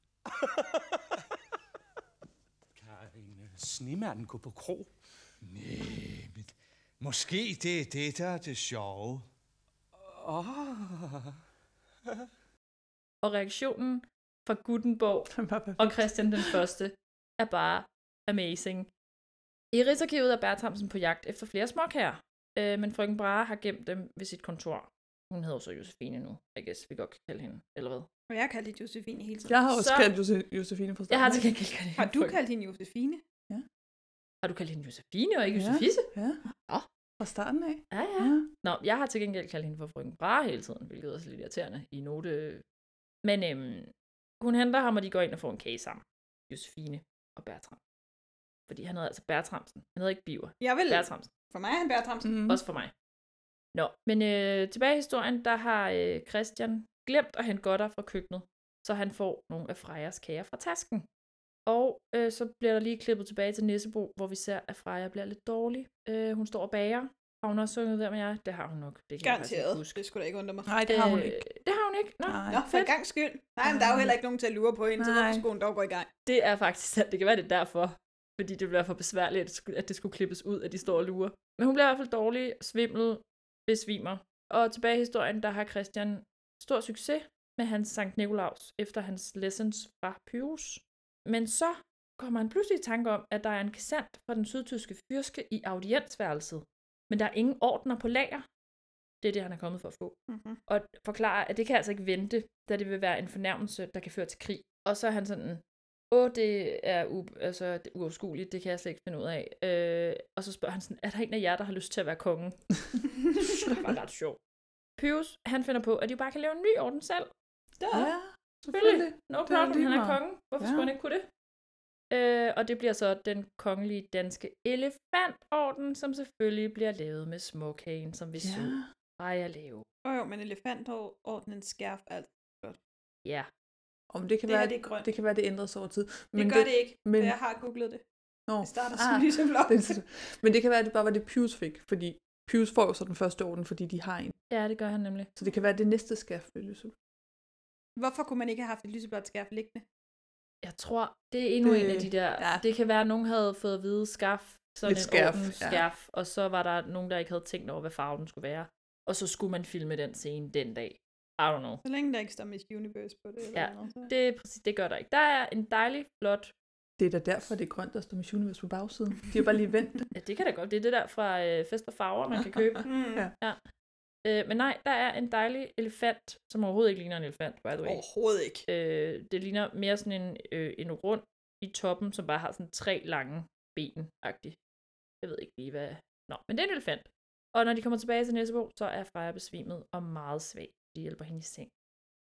S12: Kan en øh, snemanden gå på kro? Nej, men måske det er det, der er det sjove. Oh.
S10: Og reaktionen fra Gutenborg og Christian den første er bare amazing. I Rigsarkivet er Bertramsen på jagt efter flere småkager, øh, men frøken Brahe har gemt dem ved sit kontor. Hun hedder så Josefine nu, I guess vi godt kan kalde hende, eller hvad?
S9: Og jeg har kaldt hende Josefine hele tiden.
S8: Jeg har også
S10: Så-
S8: kaldt Jose- Josefine på
S10: Jeg har til gengæld kaldt hende
S9: Har du
S10: frøken-
S9: kaldt hende Josefine?
S10: Har du kaldt hende Josefine og ikke
S8: Ja.
S10: Josefisse?
S8: Ja,
S10: Nå.
S8: fra starten af.
S10: Ja, ja. Nå, jeg har til gengæld kaldt hende for frøken Brahe hele tiden, hvilket også er lidt irriterende i note. Men øhm, hun henter ham, og de går ind og får en kage sammen. Josefine og Bertram. Fordi han hedder altså Bertramsen. Han hedder ikke Biver.
S9: Jeg vil.
S10: Bertramsen.
S9: For mig er han Bertramsen.
S10: Mm. Også for mig. Nå, men øh, tilbage i historien, der har øh, Christian glemt at hente godter fra køkkenet, så han får nogle af Frejas kager fra tasken. Og øh, så bliver der lige klippet tilbage til Nissebo, hvor vi ser, at Freja bliver lidt dårlig. Øh, hun står og bager. Har hun også sunget der med jer? Det har hun nok. Det kan
S9: Garanteret. Jeg det skulle da ikke undre mig.
S8: Nej, det har hun
S10: Øh,
S8: ikke.
S10: Det har hun ikke. Nå,
S8: Nej.
S9: Nå, for en gang skyld. Nej, men der er jo heller ikke nogen til at lure på hende, så
S8: Nej.
S9: hvorfor skulle hun dog gå i gang?
S10: Det er faktisk sandt. Det kan være, det er derfor. Fordi det bliver for besværligt, at det skulle- at det skulle klippes ud, at de står og lurer. Men hun bliver i hvert fald dårlig, svimmel, besvimer. Og tilbage i historien, der har Christian stor succes med hans Sankt Nikolaus, efter hans lessons fra Pyrus. Men så kommer han pludselig i tanke om, at der er en gesandt fra den sydtyske fyrske i audiensværelset. Men der er ingen ordner på lager. Det er det, han er kommet for at få.
S9: Mm-hmm.
S10: Og forklarer, at det kan altså ikke vente, da det vil være en fornærmelse, der kan føre til krig. Og så er han sådan, åh, det er, u- altså, det er uoverskueligt, det kan jeg slet ikke finde ud af. Øh, og så spørger han sådan, er der en af jer, der har lyst til at være kongen? Det var ret sjovt. Pyrus, han finder på, at de bare kan lave en ny orden selv.
S9: Ja,
S10: selvfølgelig. No
S8: Det er
S10: problem,
S8: lige
S10: han er
S8: meget.
S10: konge. Hvorfor
S8: Ja.
S10: skulle han ikke kunne det? Øh, og det bliver så den kongelige danske elefantorden, som selvfølgelig bliver lavet med småkagen, som vi
S8: Ja.
S10: så Freja lave.
S9: Åh jo, men elefantordenen skærf alt.
S10: Ja.
S8: Om det kan
S9: Det her,
S8: være,
S9: det er grønt.
S8: det kan være, det ændres over tid.
S9: Det gør det ikke,
S8: men,
S9: jeg har googlet det.
S8: Nå,
S9: Det starter som lyseblå.
S8: det, men det kan være, at det bare var det, Pius fik. Fordi Pius får jo så den første orden, fordi de har en.
S10: Ja, det gør han nemlig.
S8: Så det kan være, at det næste skærf bliver lyseblå.
S9: Hvorfor kunne man ikke have haft et lyseblåt skærf liggende?
S10: Jeg tror, det er endnu
S8: Det-
S10: en af de der...
S8: ja.
S10: Det kan være, at nogen havde fået at vide skaf, sådan
S8: Lidt
S10: en
S8: skærf,
S10: orden
S8: ja.
S10: skærf, og så var der nogen, der ikke havde tænkt over, hvad farven skulle være. Og så skulle man filme den scene den dag. I don't know.
S9: Så længe der ikke står Miss Universe på det. Eller
S10: Ja,
S9: noget, så.
S10: det, er præcis, det gør der ikke. Der er en dejlig, flot...
S8: Det er da derfor, det er grønt, der står Miss Universe på bagsiden. De har bare lige vendt.
S10: Ja, det kan da godt. Det er det der fra øh, Fest og Farver, man kan købe.
S9: Mm.
S8: Ja.
S10: Ja. Øh, men nej, der er en dejlig elefant, som overhovedet ikke ligner en elefant, by the way.
S9: Overhovedet ikke.
S10: Øh, det ligner mere sådan en, øh, en rund i toppen, som bare har sådan tre lange ben-agtigt. Jeg ved ikke lige, hvad... Nå, men det er en elefant. Og når de kommer tilbage til Nissebo, så er Freja besvimet og meget svag. De hjælper hende i seng.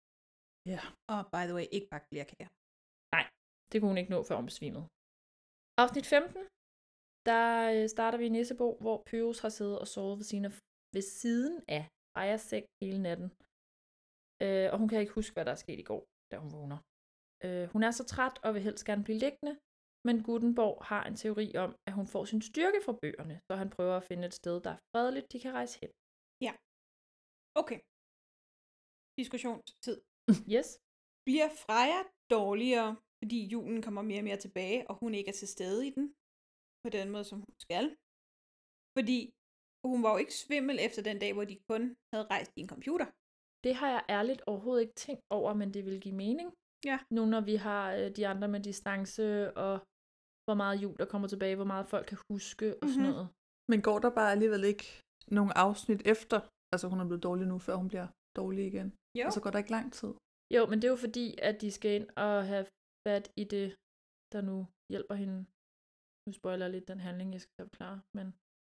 S8: Ja.
S9: Og by the way, ikke bare flere kager.
S10: Nej, det kunne hun ikke nå, før hun besvimede. Afsnit femten, der øh, starter vi i Nissebo, hvor Pyrus har siddet og sovet ved, sine, ved siden af Frejas seng hele natten. Øh, og hun kan ikke huske, hvad der er sket i går, da hun vågner. Øh, hun er så træt og vil helst gerne blive liggende, men Gutenborg har en teori om, at hun får sin styrke fra bøgerne, så han prøver at finde et sted, der er fredeligt, de kan rejse hen.
S9: Ja. Okay. Diskussionstid.
S10: Yes.
S9: Bliver Freja dårligere, fordi julen kommer mere og mere tilbage, og hun ikke er til stede i den, på den måde, som hun skal? Fordi hun var jo ikke svimmel efter den dag, hvor de kun havde rejst i en computer.
S10: Det har jeg ærligt overhovedet ikke tænkt over, men det vil give mening.
S9: Ja.
S10: Nu når vi har øh, de andre med distance, og hvor meget jul der kommer tilbage, hvor meget folk kan huske og sådan
S9: Mhm.
S10: noget.
S8: Men går der bare alligevel ikke nogle afsnit efter, altså hun er blevet dårlig nu, før hun bliver dårlig igen?
S9: Jo.
S8: Og så går der ikke lang tid.
S10: Jo, men det er jo fordi, at de skal ind og have fat i det, der nu hjælper hende. Nu spoiler jeg lidt den handling, jeg skal forklare, men...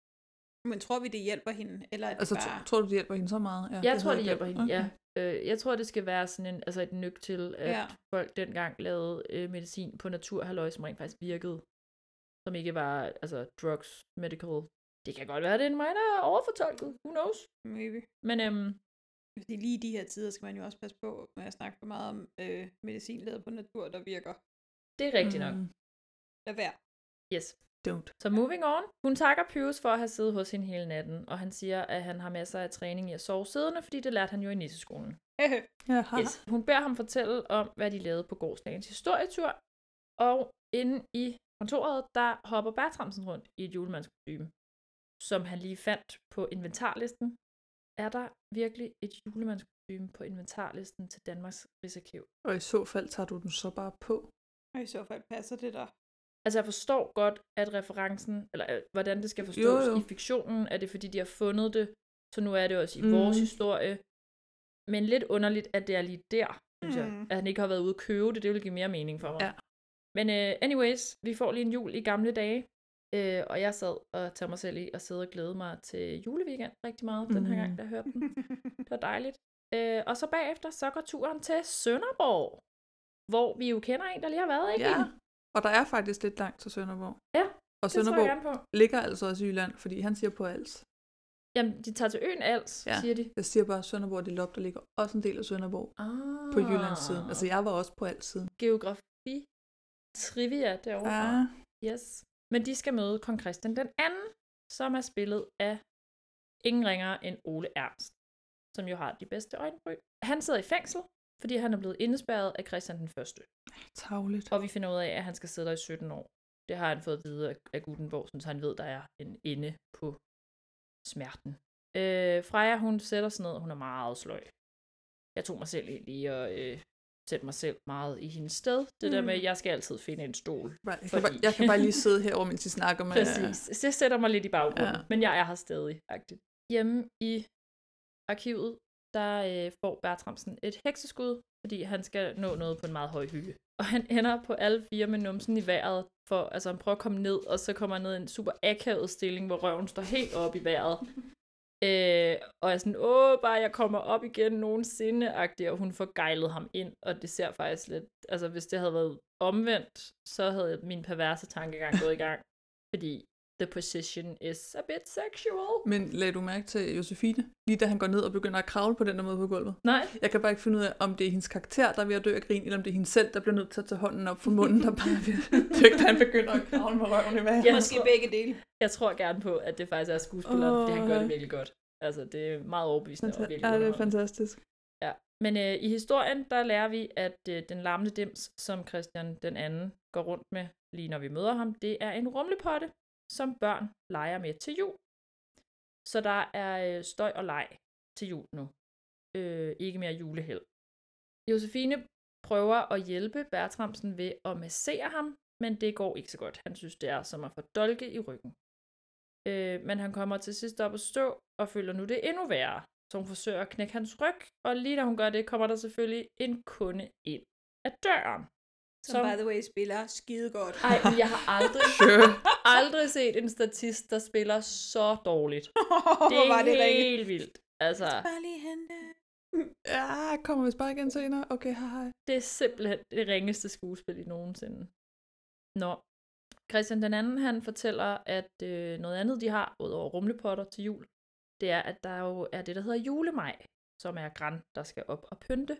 S9: Men tror vi, det hjælper hende? Eller er det
S8: Altså,
S9: bare...
S8: tro- tror du, det hjælper hende så meget? Ja,
S10: Jeg
S8: det
S10: tror,
S8: havde
S10: det
S8: jeg
S10: hjælper
S8: glemt.
S10: hende, ja.
S8: Okay.
S10: Øh, jeg tror, det skal være sådan en, altså et nyk til, at
S9: Ja.
S10: folk dengang lavede øh, medicin på naturhalløj, som rent faktisk virkede. Som ikke var, altså, drugs, medical. Det kan godt være, det er mig, der er overfortolket. Who knows?
S9: Maybe.
S10: Men øhm,
S9: Fordi lige i de her tider skal man jo også passe på, når jeg snakker for meget om øh, medicin lavet på natur, der virker.
S10: det er rigtigt nok.
S8: Mm,
S9: Lad være.
S10: Yes.
S8: don't.
S10: Så moving on. Hun takker Pyrus for at have siddet hos hende hele natten, og han siger, at han har masser af træning i at sove siddende, fordi det lærte han jo i nisseskolen.
S8: Jaha.
S10: Yes. Hun beder ham fortælle om, hvad de lavede på gårdsdagens historietur, og inde i kontoret, der hopper Bertramsen rundt i et julemandskostyme, som han lige fandt på inventarlisten. Er der virkelig et julemandskostyme på inventarlisten til Danmarks Rigsarkiv?
S8: Og i så fald tager du den så bare på.
S9: Og i så fald passer det der.
S10: Altså jeg forstår godt, at referencen, eller øh, hvordan det skal forstås
S8: Jo, jo.
S10: i fiktionen, er det fordi, de har fundet det, så nu er det også i
S8: Mhm.
S10: vores historie. Men lidt underligt, at det er lige der, synes jeg.
S9: Mhm.
S10: At han ikke har været ude at købe det, det vil give mere mening for mig.
S8: Ja.
S10: Men uh, anyways, vi får lige en jul i gamle dage, uh, og jeg sad og tager mig selv i og sidde og glæde mig til juleweekend rigtig meget, den her
S8: Mhm.
S10: gang, da jeg hørte den. Det var dejligt. Uh, og så bagefter, så går turen til Sønderborg, hvor vi jo kender en, der lige har været, ikke?
S8: Ja. Og der er faktisk lidt langt til Sønderborg.
S10: Ja,
S8: Og
S10: det tror jeg
S8: Sønderborg
S10: gerne på.
S8: ligger altså også i Jylland, fordi han siger på Als.
S10: Jamen, de tager til øen Als,
S8: Ja.
S10: siger de.
S8: Jeg siger bare, at Sønderborg det lop, der ligger også en del af Sønderborg
S10: Ah.
S8: på Jyllands siden. Altså jeg var også på Als siden.
S10: Geografi trivia derovre.
S8: Ah.
S10: Yes. Men de skal møde kong Christian den anden, som er spillet af ingen ringere end Ole Ernst, som jo har de bedste øjenbryn. Han sidder i fængsel, fordi han er blevet indespærret af Christian den første.
S8: Tavligt.
S10: Og vi finder ud af, at han skal sidde der i sytten år. Det har han fået at vide af Gutenborg, så han ved, der er en ende på smerten. Øh, Freja, hun sætter sig ned, og hun er meget sløj. Jeg tog mig selv ind lige og øh, sætte mig selv meget i hendes sted. Det mm. der med, at jeg skal altid finde en stol.
S8: Right. Jeg, kan bare, jeg kan bare lige sidde herovre, mens I snakker med...
S10: Præcis. Det sætter mig lidt i baggrunden, ja. Men jeg er her stadig. Agtigt. Hjemme i arkivet, der øh, får Bertramsen et hekseskud, fordi han skal nå noget på en meget høj hylde. Og han ender på alle fire med numsen i vejret, for altså han prøver at komme ned, og så kommer han ned i en super akavet stilling, hvor røven står helt op i vejret. øh, og er sådan, åh, bare jeg kommer op igen nogensinde-agtigt, og hun får gejlet ham ind, og det ser faktisk lidt, altså hvis det havde været omvendt, så havde min perverse tankegang gået i gang, fordi the position is a bit sexual.
S8: Men lagde du mærke til Josefine? Lige da han går ned og begynder at kravle på den der måde på gulvet.
S10: Nej.
S8: Jeg kan bare ikke finde ud af, om det er hendes karakter, der er ved at dø af grin, eller om det er hende selv, der bliver nødt til at tage hånden op for munden, der bare er ved at dø, da han begynder at kravle med røven i vejret.
S9: Ja, måske begge dele.
S10: Jeg tror gerne på, at det faktisk er skuespilleren, oh, fordi han gør det virkelig godt. Altså, det er meget overbevisende.
S8: Fanta-
S10: og virkelig
S8: ja, det er fantastisk.
S10: Ja, men øh, i historien, der lærer vi, at øh, den larmende dims, som Christian den anden går rundt med, lige når vi møder ham, det er en rumlepotte, som børn leger med til jul. Så der er øh, støj og leg til jul nu. Øh, ikke mere julehæld. Josefine prøver at hjælpe Bertramsen ved at massere ham, men det går ikke så godt. Han synes, det er som at få dolke i ryggen. Øh, men han kommer til sidst op at stå, og føler nu det endnu værre. Så hun forsøger at knække hans ryg, og lige da hun gør det, kommer der selvfølgelig en kunde ind af døren.
S9: Som, som by the way spiller skide godt.
S10: Ej, jeg har aldrig, sure. aldrig set en statist, der spiller så dårligt. Det er
S9: var det
S10: helt
S9: ringe.
S10: vildt. Altså,
S9: bare lige hente.
S8: Ja, kommer vi bare igen senere. Okay, hej hej.
S10: Det er simpelthen det ringeste skuespil i nogensinde. Nå, Christian den anden, han fortæller, at øh, noget andet, de har, udover rumlepotter til jul, det er, at der jo er det, der hedder julemaj, som er gran, der skal op og pynte.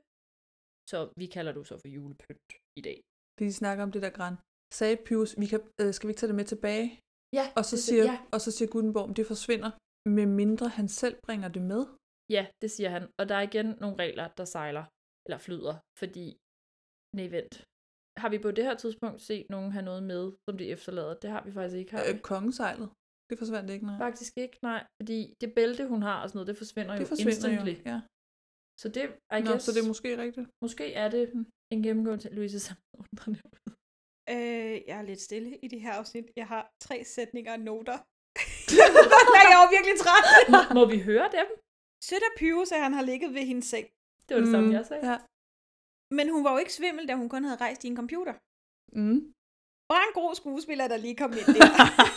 S10: Så vi kalder det så for julepynt i dag.
S8: Vi snakker om det der græn. Sagde Pius, vi kan, øh, skal vi ikke tage det med tilbage?
S10: Ja.
S8: Og så
S10: det,
S8: siger,
S10: ja.
S8: og så siger Gutenborg, det forsvinder, med mindre han selv bringer det med.
S10: Ja, det siger han. Og der er igen nogle regler, der sejler, eller flyder, fordi, nej vent, har vi på det her tidspunkt set nogen have noget med, som de efterlader? Det har vi faktisk ikke. Har vi?
S8: Øh, kongesejlet. Det forsvandt ikke, nej.
S10: Faktisk ikke, nej. Fordi det bælte, hun har og sådan noget, det forsvinder
S8: det
S10: jo
S8: forsvinder
S10: instantly.
S8: Jo, ja.
S10: Så det, I
S8: Nå,
S10: guess,
S8: så det er måske rigtigt.
S10: Måske er det en gennemgående til Louise sammenundrende.
S9: Øh, jeg er lidt stille i det her afsnit. Jeg har tre sætninger af noter. Der er jeg jo virkelig træt.
S10: må, må vi høre dem?
S9: Sødt af Pyrus, at han har ligget ved hendes seng.
S10: Det var det mm, samme, jeg sagde.
S8: Ja.
S9: Men hun var jo ikke svimmel, da hun kun havde rejst i en computer.
S8: Mm.
S9: Bare en god skuespiller, der lige kom ind der.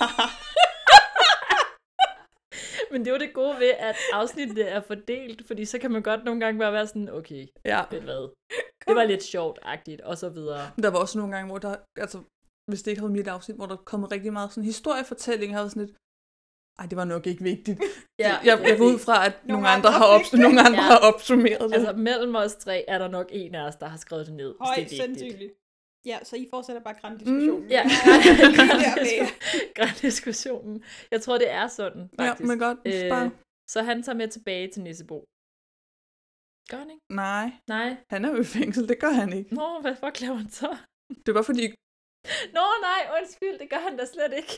S10: Men det er jo det gode ved, at afsnittet er fordelt, fordi så kan man godt nogle gange bare være sådan, okay,
S8: ja.
S10: det hvad? Det var lidt sjovt-agtigt, og så videre.
S8: Der var også nogle gange, hvor der, altså, hvis det ikke havde mit afsnit, hvor der kom rigtig meget sådan historiefortælling, havde sådan lidt, ej, det var nok ikke vigtigt.
S10: Ja,
S8: jeg, jeg går ud fra, at nogle, nogle andre, har, op, nogle andre ja. har opsummeret det.
S10: Altså, mellem os tre er der nok en af os, der har skrevet det ned.
S9: Højt sandsynligt. Ja, så I fortsætter bare grændiskussionen. Mm,
S10: ja, grændiskussionen. Jeg tror, det er sådan, faktisk.
S8: Ja, men godt.
S10: Øh, så han tager med tilbage til Nissebo. Gør han ikke?
S8: Nej.
S10: Nej.
S8: Han er jo i fængsel, det gør han ikke.
S10: Nå, hvad fuck laver han så?
S8: Det var fordi...
S10: Nå, nej, undskyld, det gør han da slet ikke.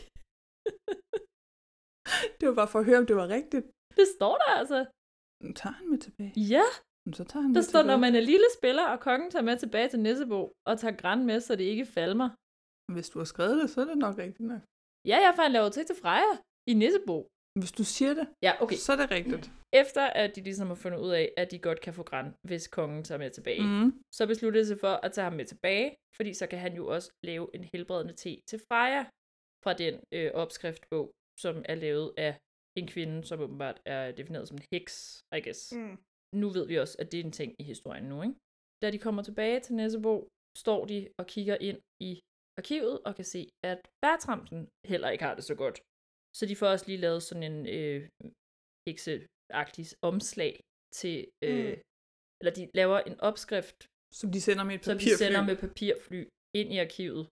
S8: Det var bare for at høre, om det var rigtigt.
S10: Det står der altså.
S8: Tager han med tilbage?
S10: Ja.
S8: Så tager han
S10: der
S8: med
S10: står,
S8: tilbage.
S10: Når man er lille spiller, og kongen tager med tilbage til Nissebo, og tager græn med, så det ikke falmer.
S8: Hvis du har skrevet det, så er det nok rigtigt nok.
S10: Ja, jeg fandt lavet til til Freja i Nissebo.
S8: Hvis du siger det,
S10: ja, okay.
S8: så er det rigtigt.
S10: Efter at de ligesom har fundet ud af, at de godt kan få græn, hvis kongen tager med tilbage,
S8: mm.
S10: så besluttede de sig for at tage ham med tilbage, fordi så kan han jo også lave en helbredende te til Freja fra den øh, opskriftbog, som er lavet af en kvinde, som åbenbart er defineret som en heks, I guess.
S9: Mm.
S10: Nu ved vi også, at det er en ting i historien nu, ikke? Da de kommer tilbage til Nissebo, står de og kigger ind i arkivet og kan se, at Bertramsen heller ikke har det så godt. Så de får også lige lavet sådan en øh, hekseagtig omslag til, øh, mm. eller de laver en opskrift,
S8: som de sender med et papirfly,
S10: som de sender med papirfly ind i arkivet,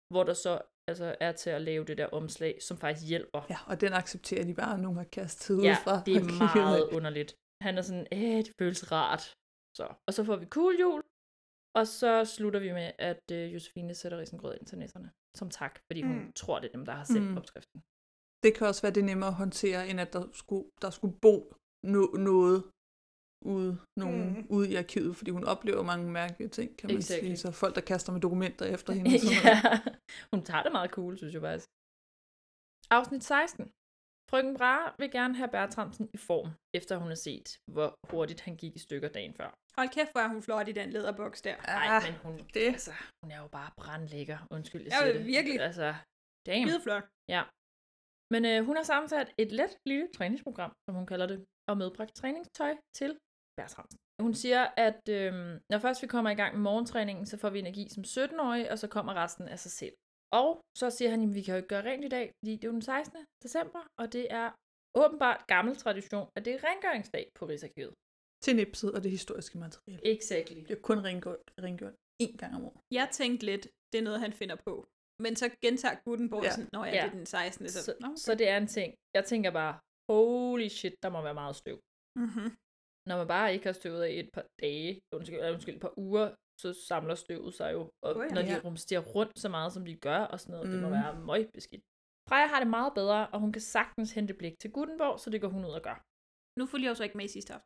S10: hvor der så altså, er til at lave det der omslag, som faktisk hjælper.
S8: Ja, og den accepterer de bare, at nogen har kastet ud
S10: Ja,
S8: fra.
S10: det er meget underligt. Han er sådan, æh, det føles rart. Så. Og så får vi cool jul, og så slutter vi med, at øh, Josefine sætter risengrød ind til nisserne. Som tak, fordi hun mm. tror, det er dem, der har sendt mm. opskriften.
S8: Det kan også være det nemmere at håndtere, end at der skulle, der skulle bo no- noget ude, nogen mm. ude i arkivet, fordi hun oplever mange mærkelige ting, kan man exactly. sige. Så folk, der kaster med dokumenter efter hende. Og sådan
S10: ja, hun tager det meget cool, synes jeg faktisk. Afsnit seksten. Frøken Brahe vil gerne have Bertramsen i form, efter hun har set, hvor hurtigt han gik i stykker dagen før.
S9: Hold kæft, hvor er hun flot i den læderboks der.
S10: Nej,
S8: ah,
S10: men hun,
S8: det.
S10: Altså, hun er jo bare brandlækker. Undskyld, jeg
S9: ja,
S10: siger det.
S9: Virkelig.
S10: Altså, damn.
S9: Skide flot.
S10: Ja. Men øh, hun har sammensat et let lille træningsprogram, som hun kalder det, og medbragt træningstøj til Bertramsen. Hun siger, at øh, når først vi kommer i gang med morgentræningen, så får vi energi som sytten-årige, og så kommer resten af sig selv. Og så siger han, at vi kan jo ikke gøre rent i dag, fordi det er jo den sekstende december, og det er åbenbart gammel tradition, at det er rengøringsdag på Rigsarkivet.
S8: Til nipset og det historiske materiale.
S10: Exactly.
S8: Det er kun rengørt, rengørt én gang om året.
S9: Jeg tænkte lidt, det er noget, han finder på. Men så gentager Gutenborg ja. sådan, når jeg ja. det er den sekstende Så,
S10: så,
S9: okay.
S10: så det er en ting. Jeg tænker bare, holy shit, der må være meget støv.
S9: Mm-hmm.
S10: Når man bare ikke har støvet af et par dage, undskyld, undskyld et par uger, så samler støvet sig jo. Og oh ja, når de ja. rumsterer rundt så meget, som de gør, og sådan noget, mm. det må være møgbeskidt. Freja har det meget bedre, og hun kan sagtens hente blik til Gutenborg, så det går hun ud og gør.
S9: Nu følger jeg jo så ikke med i sidste aften.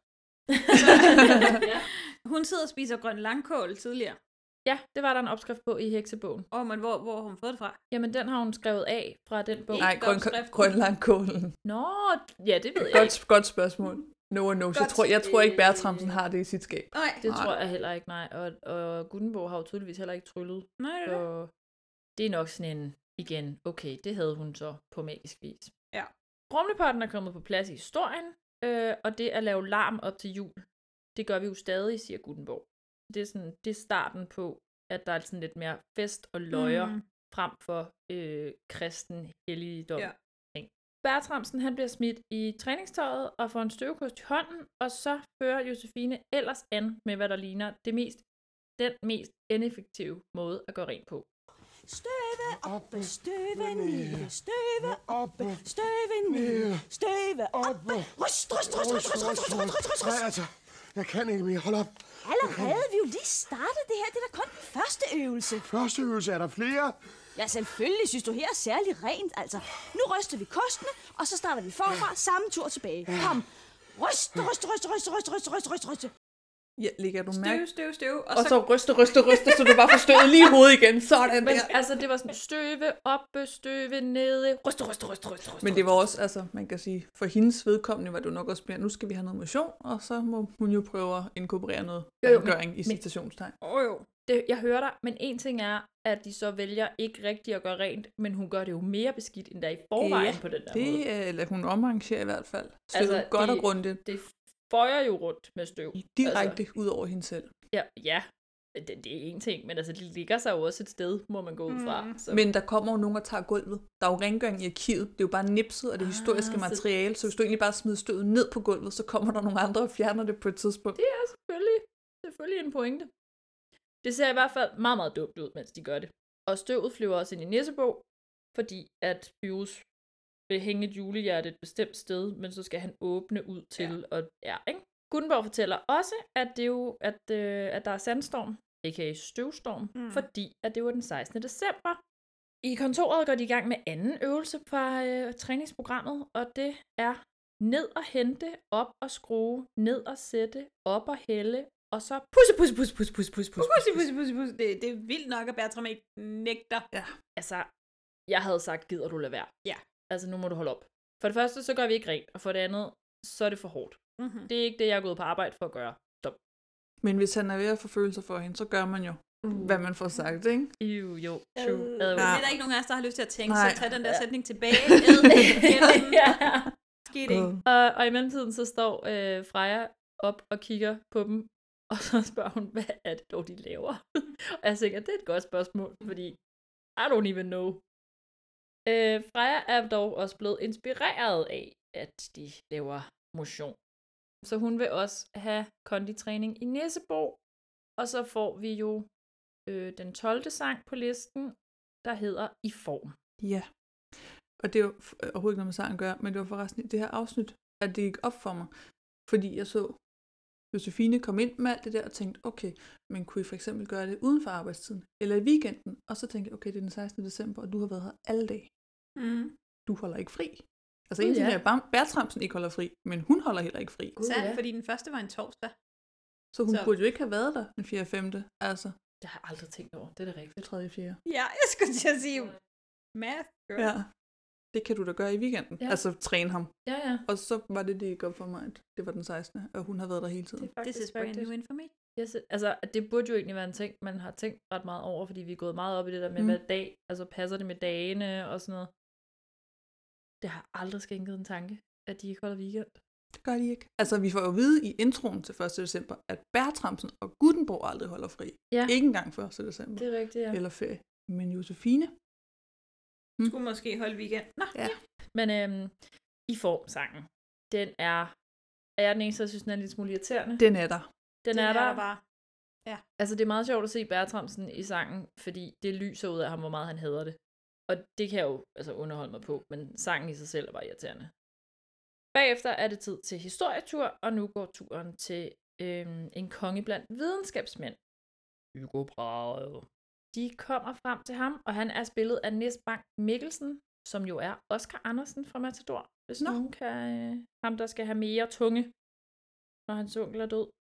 S9: ja. Hun sidder og spiser grøn langkål tidligere.
S10: Ja, det var der en opskrift på i heksebogen.
S9: Åh, oh, men hvor, hvor har hun fået det fra?
S10: Jamen, den har hun skrevet af fra den bog.
S8: Nej, grøn, grøn langkålen.
S10: Nå, ja, det ved jeg
S8: godt,
S10: ikke.
S8: Godt spørgsmål. No one knows. Jeg tror, jeg tror ikke, Bertramsen har det i sit skab.
S9: Nej.
S10: Det nej. tror jeg heller ikke, nej. Og, og Gutenborg har jo tydeligvis heller ikke tryllet.
S9: Nej, det er det.
S10: Det er nok sådan en, igen, okay, det havde hun så på magisk vis.
S9: Ja.
S10: Rumlepotten er kommet på plads i historien, øh, og det at lave larm op til jul, det gør vi jo stadig, siger Gutenborg. Det er, sådan, det er starten på, at der er sådan lidt mere fest og løjer, mm. frem for øh, kristen helligdom. Ja. Bertramsen, han bliver smidt i træningstøjet og får en støvkost i hånden, og så fører Josefine ellers an med, hvad der ligner det mest, den mest ineffektive måde at gøre rent på.
S16: Støve oppe, støve nede, støve oppe, støve nede, støve oppe. Ryst, ryst, ryst, ryst, ryst, ryst, ryst, ryst, ryst.
S7: Nej, altså, jeg kan ikke mere. Hold op.
S16: Allerede, vi jo lige startet det her. Det er da kun den første øvelse.
S7: Første øvelse? Er der flere?
S16: Ja, selvfølgelig synes du her er særlig rent, altså. Nu ryster vi kostene, og så starter vi forfra, samme tur tilbage. Kom. Ryst, ryst, ryst, ryst, ryst, ryst, ryst, ryst, ryst.
S8: Ja, ligger du mærke?
S9: Støv, støv, støv.
S8: Og, og så, så ryste, ryste, ryste, så du bare får støvet lige i hovedet igen. Sådan
S10: Men,
S8: der.
S10: altså, det var sådan støve, oppe, støve, nede, ryste, ryste, ryste, ryste, ryste.
S8: Men det var også, altså, man kan sige, for hendes vedkommende var det jo nok også mere, nu skal vi have noget motion, og så må hun jo prøve at inkorporere noget rengøring i citationstegn.
S10: Åh oh, jo, det, jeg hører dig, men en ting er, at de så vælger ikke rigtigt at gøre rent, men hun gør det jo mere beskidt, end der i forvejen
S8: ja,
S10: på den der
S8: det,
S10: måde.
S8: Eller hun omarrangerer i hvert fald. Støv altså, godt
S10: det,
S8: og grundigt.
S10: Det føjer jo rundt med støv.
S8: Direkte
S10: altså,
S8: ud over hende selv.
S10: Ja, ja. Det, det er en ting, men altså, det ligger sig jo også et sted, må man gå ud fra.
S8: Mm. Så. Men der kommer jo nogen, der tager gulvet. Der er jo rengøring i arkivet. Det er jo bare nipset og det historiske ah, materiale, så... så hvis du egentlig bare smider støvet ned på gulvet, så kommer der nogle andre og fjerner det på et tidspunkt.
S10: Det er selvfølgelig, selvfølgelig en pointe. Det ser i hvert fald meget, meget dumt ud, mens de gør det. Og støvet flyver også ind i Nissebo, fordi at Pyrus vil hænge et julehjerte et bestemt sted, men så skal han åbne ud til, ja. og ja, ikke? Gutenborg fortæller også, at det jo, at, øh, at der er sandstorm, aka støvstorm, mm. fordi at det var den sekstende december. I kontoret går de i gang med anden øvelse fra øh, træningsprogrammet, og det er ned og hente, op og skrue, ned og sætte, op og hælde, og så pusse, pusse, pusse, pusse, pusse, pusse, pusse,
S9: pusse, pusse, pusse, pusse. Det, det er vildt nok, at Bertram ikke nægter.
S10: Ja. Altså, jeg havde sagt, gider du lade være?
S9: Ja.
S10: Altså, nu må du holde op. For det første, så gør vi ikke rent, og for det andet, så er det for hårdt. Mm-hmm. Det er ikke det, jeg er gået på arbejde for at gøre. Stop.
S8: Men hvis han er ved at få følelser for hende, så gør man jo, uh. hvad man får sagt, ikke?
S10: Jo, jo, true.
S9: Uh, ja. Det er der ikke nogen af os, der har lyst til at tænke,
S8: Nej.
S9: så tag den der sætning tilbage. ja. Skid ikke.
S10: Uh. Og, og i mellemtiden, så står øh, Freja op og kigger på dem, og så spørger hun, hvad er det dog, de laver? Og jeg tænker, det er et godt spørgsmål, fordi I don't even know. Øh, Freja er dog også blevet inspireret af, at de laver motion. Så hun vil også have konditræning i Nissebo, og så får vi jo øh, den tolvte sang på listen, der hedder I Form.
S8: Ja. Og det er jo overhovedet ikke noget med sangen at gøre, men det var forresten i det her afsnit, at det gik op for mig. Fordi jeg så Josefine komme ind med alt det der og tænkte, okay, men kunne I for eksempel gøre det uden for arbejdstiden? Eller i weekenden? Og så tænkte jeg, okay, det er den sekstende december, og du har været her alle dage.
S9: Mm.
S8: Du holder ikke fri. Altså
S10: Gud,
S8: en ting
S10: ja.
S8: er, at Bertramsen ikke holder fri, men hun holder heller ikke fri.
S9: Sandt, fordi den første var en torsdag.
S8: Så hun
S9: Så-
S8: burde jo ikke have været der den fjerde og femte. Altså.
S10: Det har jeg aldrig tænkt over. Det er da rigtigt.
S8: tredje og fjerde.
S9: Ja, jeg skulle til at sige math girl.
S8: Ja. Det kan du da gøre i weekenden.
S10: Ja.
S8: Altså træne ham.
S10: Ja, ja.
S8: Og så var det, det gik op for mig, at det var den sekstende og hun har været der hele tiden.
S9: This is brand new information.
S10: Yes, altså, det burde jo egentlig være en ting, man har tænkt ret meget over, fordi vi er gået meget op i det der med,
S8: Mm.
S10: mm. hvad dag, altså passer det med dagene og sådan noget. Det har aldrig skænket en tanke, at de ikke holder weekend.
S8: Det gør de ikke. Altså, vi får jo at vide i introen til første december, at Bertramsen og Gutenborg aldrig holder fri.
S10: Ja.
S8: Ikke engang første december.
S10: Det er rigtigt, ja.
S8: Eller ferie. Men Josefine.
S9: Mm. Skulle måske holde weekend. Nå,
S8: ja.
S10: Men øhm, I Form sangen, den er, er jeg den eneste, der synes, den er en lille smule irriterende?
S8: Den er der.
S10: Den, er, der.
S9: bare. Ja.
S10: Altså, det er meget sjovt at se Bertramsen i sangen, fordi det lyser ud af ham, hvor meget han hader det. Og det kan jeg jo altså underholde mig på, men sangen i sig selv er bare irriterende. Bagefter er det tid til historietur, og nu går turen til øhm, en konge blandt videnskabsmænd. Hugo Brahe. De kommer frem til ham, og han er spillet af Nis Bank Mikkelsen, som jo er Oscar Andersen fra Matador. Hvis
S8: Nå.
S10: nogen kan... Øh, ham, der skal have mere tunge, når hans onkel er død.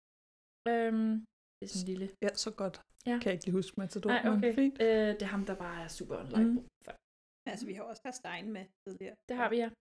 S10: Øhm, det er sådan en lille...
S8: Ja, så godt.
S10: Ja.
S8: Kan jeg ikke lige huske Matador.
S10: Nej,
S8: men
S10: okay.
S8: Fint.
S10: Øh, det er ham, der bare er super online. Mm.
S9: Altså, vi har også haft Stein med tidligere.
S10: Det har vi, ja.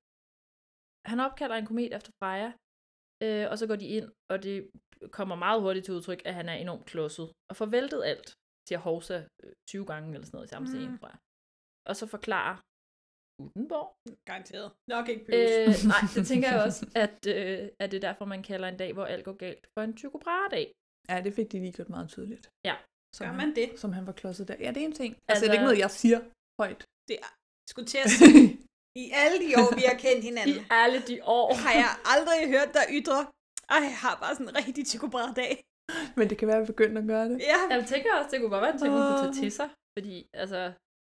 S10: Han opkalder en komet efter Freja, øh, og så går de ind, og det kommer meget hurtigt til udtryk, at han er enormt klodset, og får væltet alt til at hovse tyve gange eller sådan noget i samme
S9: Mm.
S10: scene, tror jeg. Og så forklarer Gutenborg.
S9: Garanteret. Nok ikke plus.
S10: Øh, nej, det tænker jeg også, at, øh, at det er derfor, man kalder en dag, hvor alt går galt, for en Tycho Brahe-dag.
S8: Ja, det fik de lige gjort meget tydeligt.
S10: Ja.
S8: Som
S9: Gør
S8: han,
S9: man det?
S8: Som han var klodset der. Ja, det er en ting. Altså,
S10: Altså-
S8: det er ikke noget, jeg siger højt.
S9: Det er, skulle til at sige, i alle de år, vi har kendt hinanden,
S10: I alle de år.
S9: har jeg aldrig hørt dig ytre, ej, jeg har bare sådan en rigtig Tycho Brahe-dag.
S8: Men det kan være, at vi begynder at gøre det.
S9: Ja.
S10: Jeg tænker også, det kunne godt være en ting, hun kunne tage til sig, fordi, altså...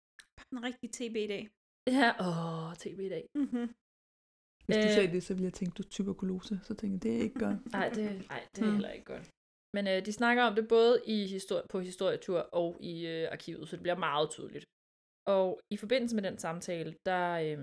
S9: En rigtig T B-dag.
S10: Ja, åh, T B-dag.
S9: Mm-hmm.
S8: Hvis du
S10: Øh.
S8: sagde det, så ville jeg tænke, du er tuberkulose. Så tænkte jeg, det er ikke godt.
S10: Nej, det, nej, det er
S8: Mm.
S10: heller ikke godt. Men øh, de snakker om det både i histori- på historietur og i øh, arkivet, så det bliver meget tydeligt. Og i forbindelse med den samtale, der øh,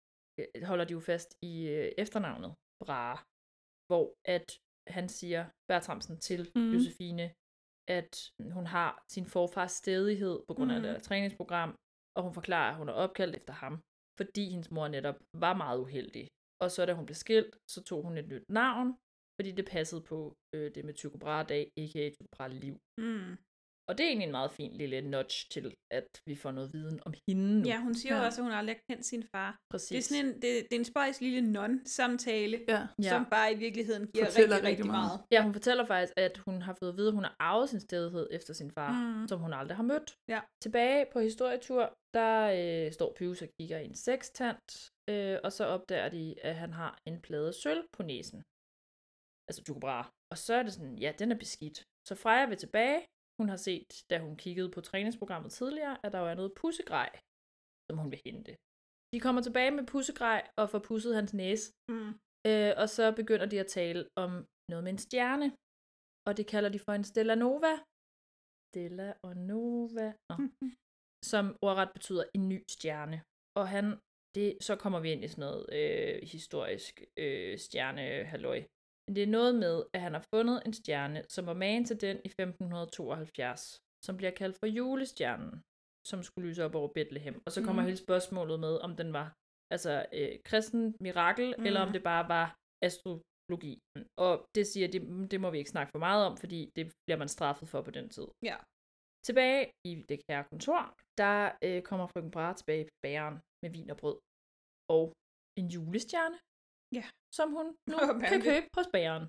S10: holder de jo fast i øh, efternavnet Brahe, hvor at han siger, Bertramsen, til
S8: Mhm.
S10: mm. Josefine, at hun har sin forfars stædighed på grund af
S9: Mhm.
S10: det der træningsprogram, og hun forklarer, at hun er opkaldt efter ham, fordi hendes mor netop var meget uheldig. Og så da hun blev skilt, så tog hun et nyt navn, fordi det passede på øh, det med Tycho Brahe-dag, ikke Tycho Brahe-liv.
S9: Mm.
S10: Og det er egentlig en meget fin lille nudge til, at vi får noget viden om hende nu.
S9: Ja, hun siger jo
S10: Ja.
S9: også, at hun aldrig har kendt sin far.
S10: Præcis.
S9: Det er sådan en, det, det er en spøjs lille non-samtale,
S8: Ja.
S9: som bare i virkeligheden giver
S8: Fortæller
S9: rigtig,
S8: rigtig
S9: rigtig meget.
S10: Ja, hun fortæller faktisk, at hun har fået at vide, at hun har arvet sin stædighed efter sin far,
S9: Mm.
S10: som hun aldrig har mødt.
S9: Ja.
S10: Tilbage på historietur, der øh, står Pyrus og kigger i en sextant, øh, og så opdager de, at han har en plade sølv på næsen. Altså Tycho Brahe. Og så er det sådan, ja, den er beskidt. Så Freja vil tilbage. Hun har set, da hun kiggede på træningsprogrammet tidligere, at der var noget pussegrej, som hun vil hente. De kommer tilbage med pussegrej og får pusset hans næse.
S9: Mm.
S10: Øh, og så begynder de at tale om noget med en stjerne. Og det kalder de for en Stella Nova. Stella og Nova. Nå. Som ordret betyder en ny stjerne. Og han, det, så kommer vi ind i sådan noget øh, historisk øh, stjernehalløj. Men det er noget med, at han har fundet en stjerne, som var magen til den i femten tooghalvfjerds, som bliver kaldt for julestjernen, som skulle lyse op over Bethlehem. Og så kommer
S9: Mhm.
S10: hele spørgsmålet med, om den var altså øh, kristen mirakel, mm. eller om det bare var astrologi. Og det siger, det, det må vi ikke snakke for meget om, fordi det bliver man straffet for på den tid.
S9: Ja.
S10: Tilbage i det kære kontor, der øh, kommer frøken Brahe tilbage på bageren med vin og brød. Og en julestjerne,
S9: Ja.
S10: som hun nu
S9: Åh,
S10: kan
S9: det-
S10: købe på bageren.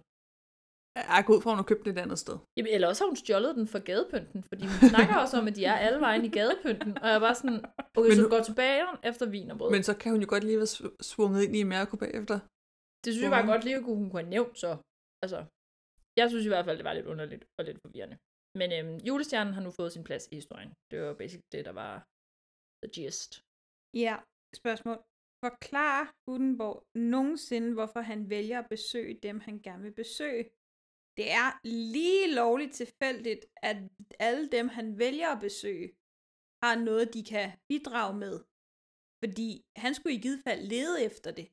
S8: Jeg går ud fra, at hun har købt det et andet sted.
S10: Jamen, eller også har hun stjålet den fra gadepynten, fordi hun snakker også om, at de er alle vejen i gadepynten, og jeg er bare sådan, okay,
S8: Men
S10: så
S8: hun-
S10: du går til bageren efter vin og brød.
S8: Men så kan hun jo godt lige være sv- svunget ind i Mærko bagefter.
S10: Det synes jeg bare godt lige, at hun kunne have nævnt så. Altså, jeg synes i hvert fald, det var lidt underligt og lidt forvirrende. Men øhm, julestjernen har nu fået sin plads i historien. Det var basically det, der var the gist.
S9: Ja, spørgsmål. Forklarer Gutenborg nogensinde, hvorfor han vælger at besøge dem, han gerne vil besøge? Det er lige lovligt tilfældigt, at alle dem, han vælger at besøge, har noget, de kan bidrage med. Fordi han skulle i givet fald lede efter det.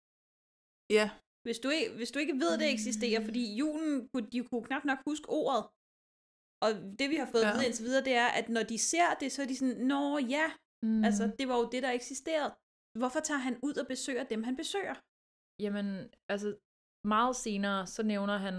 S8: Ja.
S9: Hvis du ikke, hvis du ikke ved, det eksisterer, fordi julen, de kunne knap nok huske ordet. Og det, vi har fået ja. at vide indtil videre, det er, at når de ser det, så er de sådan, nå ja, mm. altså det var jo det, der eksisterede. Hvorfor tager han ud og besøger dem, han besøger?
S10: Jamen, altså meget senere, så nævner han,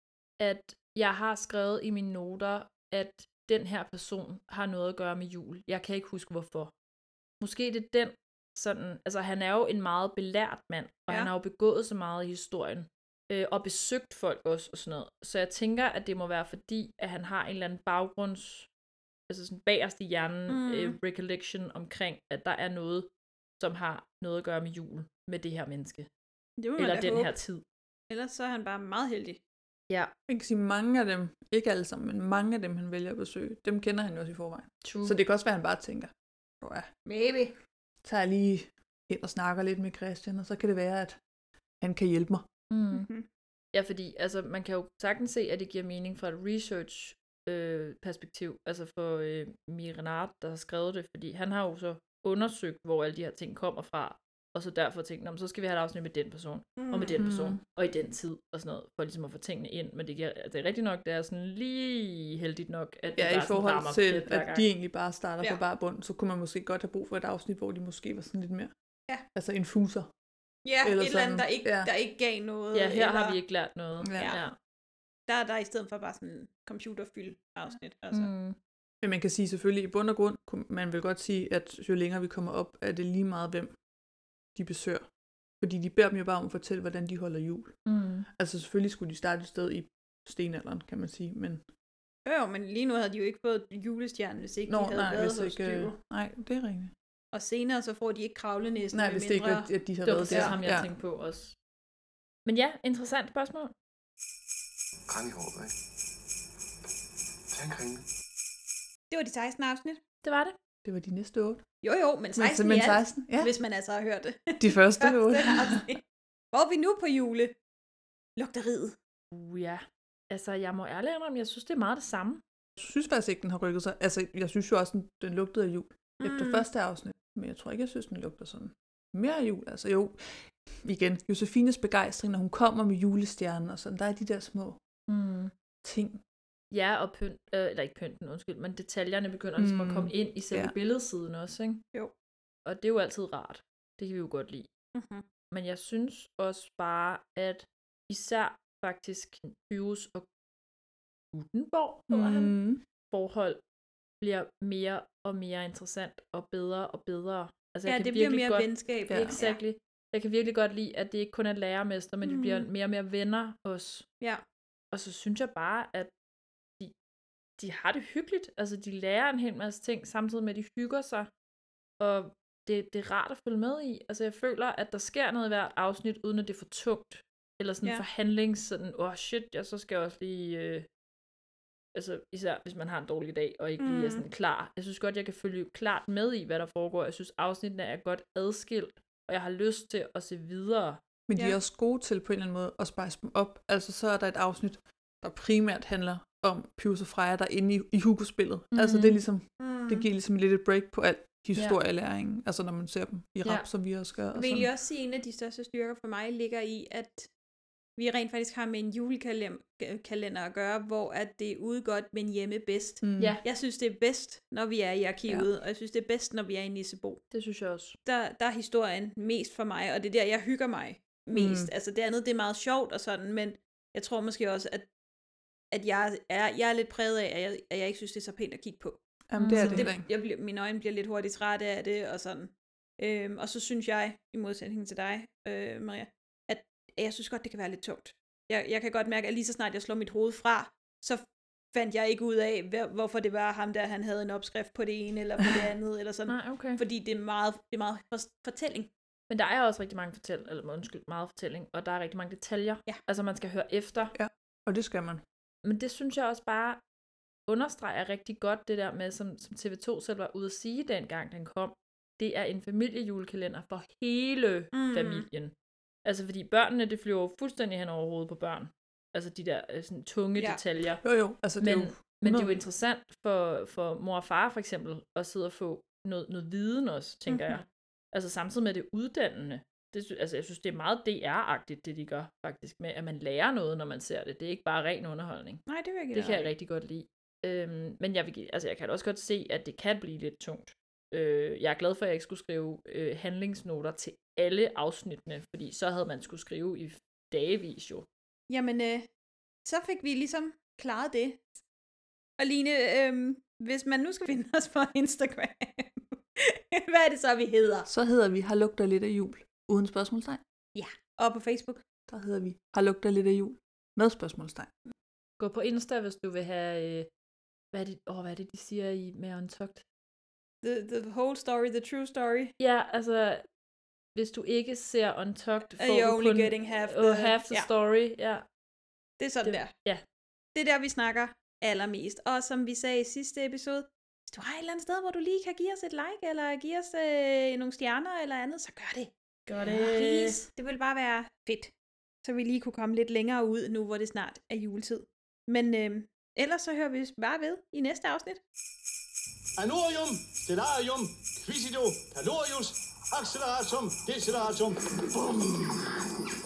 S10: at jeg har skrevet i mine noter, at den her person har noget at gøre med jul. Jeg kan ikke huske, hvorfor. Måske det er den sådan, altså han er jo en meget belært mand, og ja. han har jo begået så meget i historien, øh, og besøgt folk også, og sådan noget. Så jeg tænker, at det må være fordi, at han har en eller anden baggrunds, altså sådan bagerst i hjernen, mm. øh, recollection omkring, at der er noget, som har noget at gøre med jul, med det her menneske.
S9: Det må
S10: eller
S9: man
S10: den
S9: håbe.
S10: her tid.
S9: Ellers så er han bare meget heldig.
S10: Ja.
S8: Jeg kan sige, mange af dem, ikke alle sammen, men mange af dem, han vælger at besøge, dem kender han jo også i forvejen.
S10: True.
S8: Så det kan også være, at han bare tænker, oh, ja,
S9: maybe.
S8: tager jeg lige hen og snakker lidt med Christian, og så kan det være, at han kan hjælpe mig.
S10: Mm. Mm-hmm. Ja, fordi altså, man kan jo sagtens se, at det giver mening fra et research øh, perspektiv, altså for øh, Mirenard, der har skrevet det, fordi han har jo så undersøgt, hvor alle de her ting kommer fra, og så derfor tænkt, så skal vi have et afsnit med den person, mm. og med den person, mm. og i den tid, og sådan noget, for ligesom at få tingene ind, men det, giver, det er rigtigt nok, det er sådan lige heldigt nok, at
S8: ja,
S10: det
S8: i forhold til, at
S10: gang.
S8: de egentlig bare starter ja. fra bare bund, så kunne man måske godt have brug for et afsnit, hvor de måske var sådan lidt mere,
S9: ja.
S8: altså infuser.
S9: Ja, eller et eller andet, der ikke, ja. der ikke gav noget.
S10: Ja, her
S9: eller...
S10: har vi ikke lært noget.
S9: Ja. ja. Der er der i stedet for bare sådan en computerfyld afsnit. Altså.
S8: Mm. Men man kan sige selvfølgelig, i bund og grund, man vil godt sige, at jo længere vi kommer op, er det lige meget, hvem de besøger. Fordi de beder dem jo bare om at fortælle, hvordan de holder jul.
S10: Mm.
S8: Altså selvfølgelig skulle de starte et sted i stenalderen, kan man sige, men...
S9: Jo, men lige nu havde de jo ikke fået julestjernen, hvis ikke
S8: Nå,
S9: de havde
S8: nej,
S9: været
S8: hos
S9: ikke,
S8: øh, nej, det er rigtigt.
S9: Og senere så får de ikke kravlenæsten.
S8: Nej, hvis det ikke er, at de har
S10: det
S8: været
S10: der. Det var ham, jeg
S8: ja.
S10: tænkte på også. Men ja, interessant spørgsmål.
S17: Kring i håret, ikke? Tag en kringle.
S9: Det var de seksten afsnit.
S10: Det var det.
S8: Det var de næste otte.
S9: Jo, jo, men seksten
S8: men,
S9: i alt,
S8: seksten, ja.
S9: hvis man altså har hørt det.
S8: De første otte.
S9: Hvor er vi nu på jule? Lugteriet.
S10: Uh, ja. Altså, jeg må ærligt indrømme, jeg synes, det er meget det samme.
S8: Jeg synes faktisk ikke, den har rykket sig. Altså, jeg synes jo også, den, den lugtede af jul mm. efter første afsnit. Men jeg tror ikke, jeg synes, den lugter sådan mere af jul. Altså jo, igen, Josefines begejstring, når hun kommer med julestjernen og sådan. Der er de der små
S10: mm.
S8: ting.
S10: Ja, og pynt, øh, eller ikke pynten, undskyld, men detaljerne begynder ligesom mm. at komme ind i selve ja. billedsiden også, ikke?
S9: Jo.
S10: Og det er jo altid rart. Det kan vi jo godt lide.
S9: Mm-hmm.
S10: Men jeg synes også bare, at især faktisk Pyrus og Gutenborg, hedder mm. han, forhold bliver mere og mere interessant og bedre og bedre. Altså,
S9: ja,
S10: jeg kan
S9: det bliver mere
S10: godt,
S9: venskab.
S10: Ja. Exactly. Jeg kan virkelig godt lide, at det ikke kun er lærermester, men mm. de bliver mere og mere venner også.
S9: Ja.
S10: Og så synes jeg bare, at de, de har det hyggeligt. Altså, de lærer en hel masse ting, samtidig med, at de hygger sig. Og det, det er rart at følge med i. Altså, jeg føler, at der sker noget i hvert afsnit, uden at det er for tungt. Eller sådan en ja. forhandling, sådan, åh oh, shit, jeg så skal jeg også lige... Øh, altså, især hvis man har en dårlig dag, og ikke mm. lige er sådan klar. Jeg synes godt, jeg kan følge klart med i, hvad der foregår. Jeg synes, afsnittene er godt adskilt, og jeg har lyst til at se videre.
S8: Men de ja. er også gode til på en eller anden måde at spice dem op. Altså, så er der et afsnit, der primært handler om Pyrus og Freja, der er inde i, i Hugo-spillet. Mm. Altså, det er ligesom, mm. det giver ligesom lidt et break på alt historielæring, ja. altså når man ser dem i rap, ja. som vi også gør.
S9: Jeg vil egentlig også sige, at en af de største styrker for mig ligger i, at vi rent faktisk har med en julekalender at gøre, hvor at det er ude godt, men hjemme bedst.
S10: Mm. Ja.
S9: Jeg synes, det er bedst, når vi er i arkivet, ja. og jeg synes, det er bedst, når vi er i Nissebo.
S10: Det synes jeg også.
S9: Der, der er historien mest for mig, og det er der, jeg hygger mig mest. Mm. Altså det andet, det er meget sjovt og sådan, men jeg tror måske også, at, at jeg, er, jeg er lidt præget af, at jeg, at jeg ikke synes, det er så pænt at kigge på.
S8: Jamen, det er
S9: så
S8: det,
S9: det jeg bliver, mine øjne bliver lidt hurtigt trætte af det, og sådan. Øhm, og så synes jeg, i modsætning til dig, øh, Maria, at jeg synes godt, det kan være lidt tungt. Jeg, jeg kan godt mærke, at lige så snart jeg slår mit hoved fra, så fandt jeg ikke ud af, hvorfor det var ham der, han havde en opskrift på det ene, eller på det andet, eller sådan.
S10: Nej, okay.
S9: Fordi det er meget, det er meget fortælling.
S10: Men der er også rigtig mange fortæl, eller undskyld, meget fortælling, og der er rigtig mange detaljer.
S9: Ja.
S10: Altså, man skal høre efter.
S8: Ja, og det skal man.
S10: Men det synes jeg også bare, understreger rigtig godt det der med, som, som T V to selv var ude at sige, dengang den kom. Det er en familiejulekalender for hele mm. familien. Altså, fordi børnene, det flyver fuldstændig hen over hovedet på børn. Altså, de der sådan, tunge ja. detaljer.
S8: Jo, jo. Altså, det
S10: men,
S8: er jo
S10: men det er jo interessant for, for mor og far, for eksempel, at sidde og få noget, noget viden også, tænker mm-hmm. jeg. Altså, samtidig med det uddannende. Det, altså, jeg synes, det er meget D R-agtigt, det de gør, faktisk, med at man lærer noget, når man ser det. Det er ikke bare ren underholdning.
S9: Nej, det vil jeg
S10: Det kan jeg rigtig godt lide. Øhm, men jeg, vil, altså, jeg kan også godt se, at det kan blive lidt tungt. Øh, jeg er glad for, at jeg ikke skulle skrive øh, handlingsnoter til alle afsnittene, fordi så havde man skulle skrive i dagevis jo.
S9: Jamen, øh, så fik vi ligesom klaret det. Og Line, øh, hvis man nu skal finde os på Instagram, hvad er det så, vi hedder?
S8: Så hedder vi Har lugter lidt af jul, uden spørgsmålstegn.
S9: Ja, og på Facebook?
S8: Der hedder vi Har lugter lidt af jul, med spørgsmålstegn.
S10: Gå på Insta, hvis du vil have, øh, hvad, er det, åh, hvad er det, de siger i med Untucked?
S9: The, the whole story, the true story.
S10: Ja, altså, hvis du ikke ser Untucked,
S9: får du only kun getting half the,
S10: uh, half the
S9: ja.
S10: story. Ja.
S9: Det er sådan
S10: det,
S9: der.
S10: Ja.
S9: Det er der, vi snakker allermest. Og som vi sagde i sidste episode, hvis du har et eller andet sted, hvor du lige kan give os et like, eller give os øh, nogle stjerner eller andet, så gør det.
S10: Gør det.
S9: Please. Det vil bare være fedt. Så vi lige kunne komme lidt længere ud nu, hvor det snart er juletid. Men øh, ellers så hører vi bare ved i næste afsnit.
S13: Anorium, stellarium, quisido, calorius, acceleratum, deceleratum. Bum.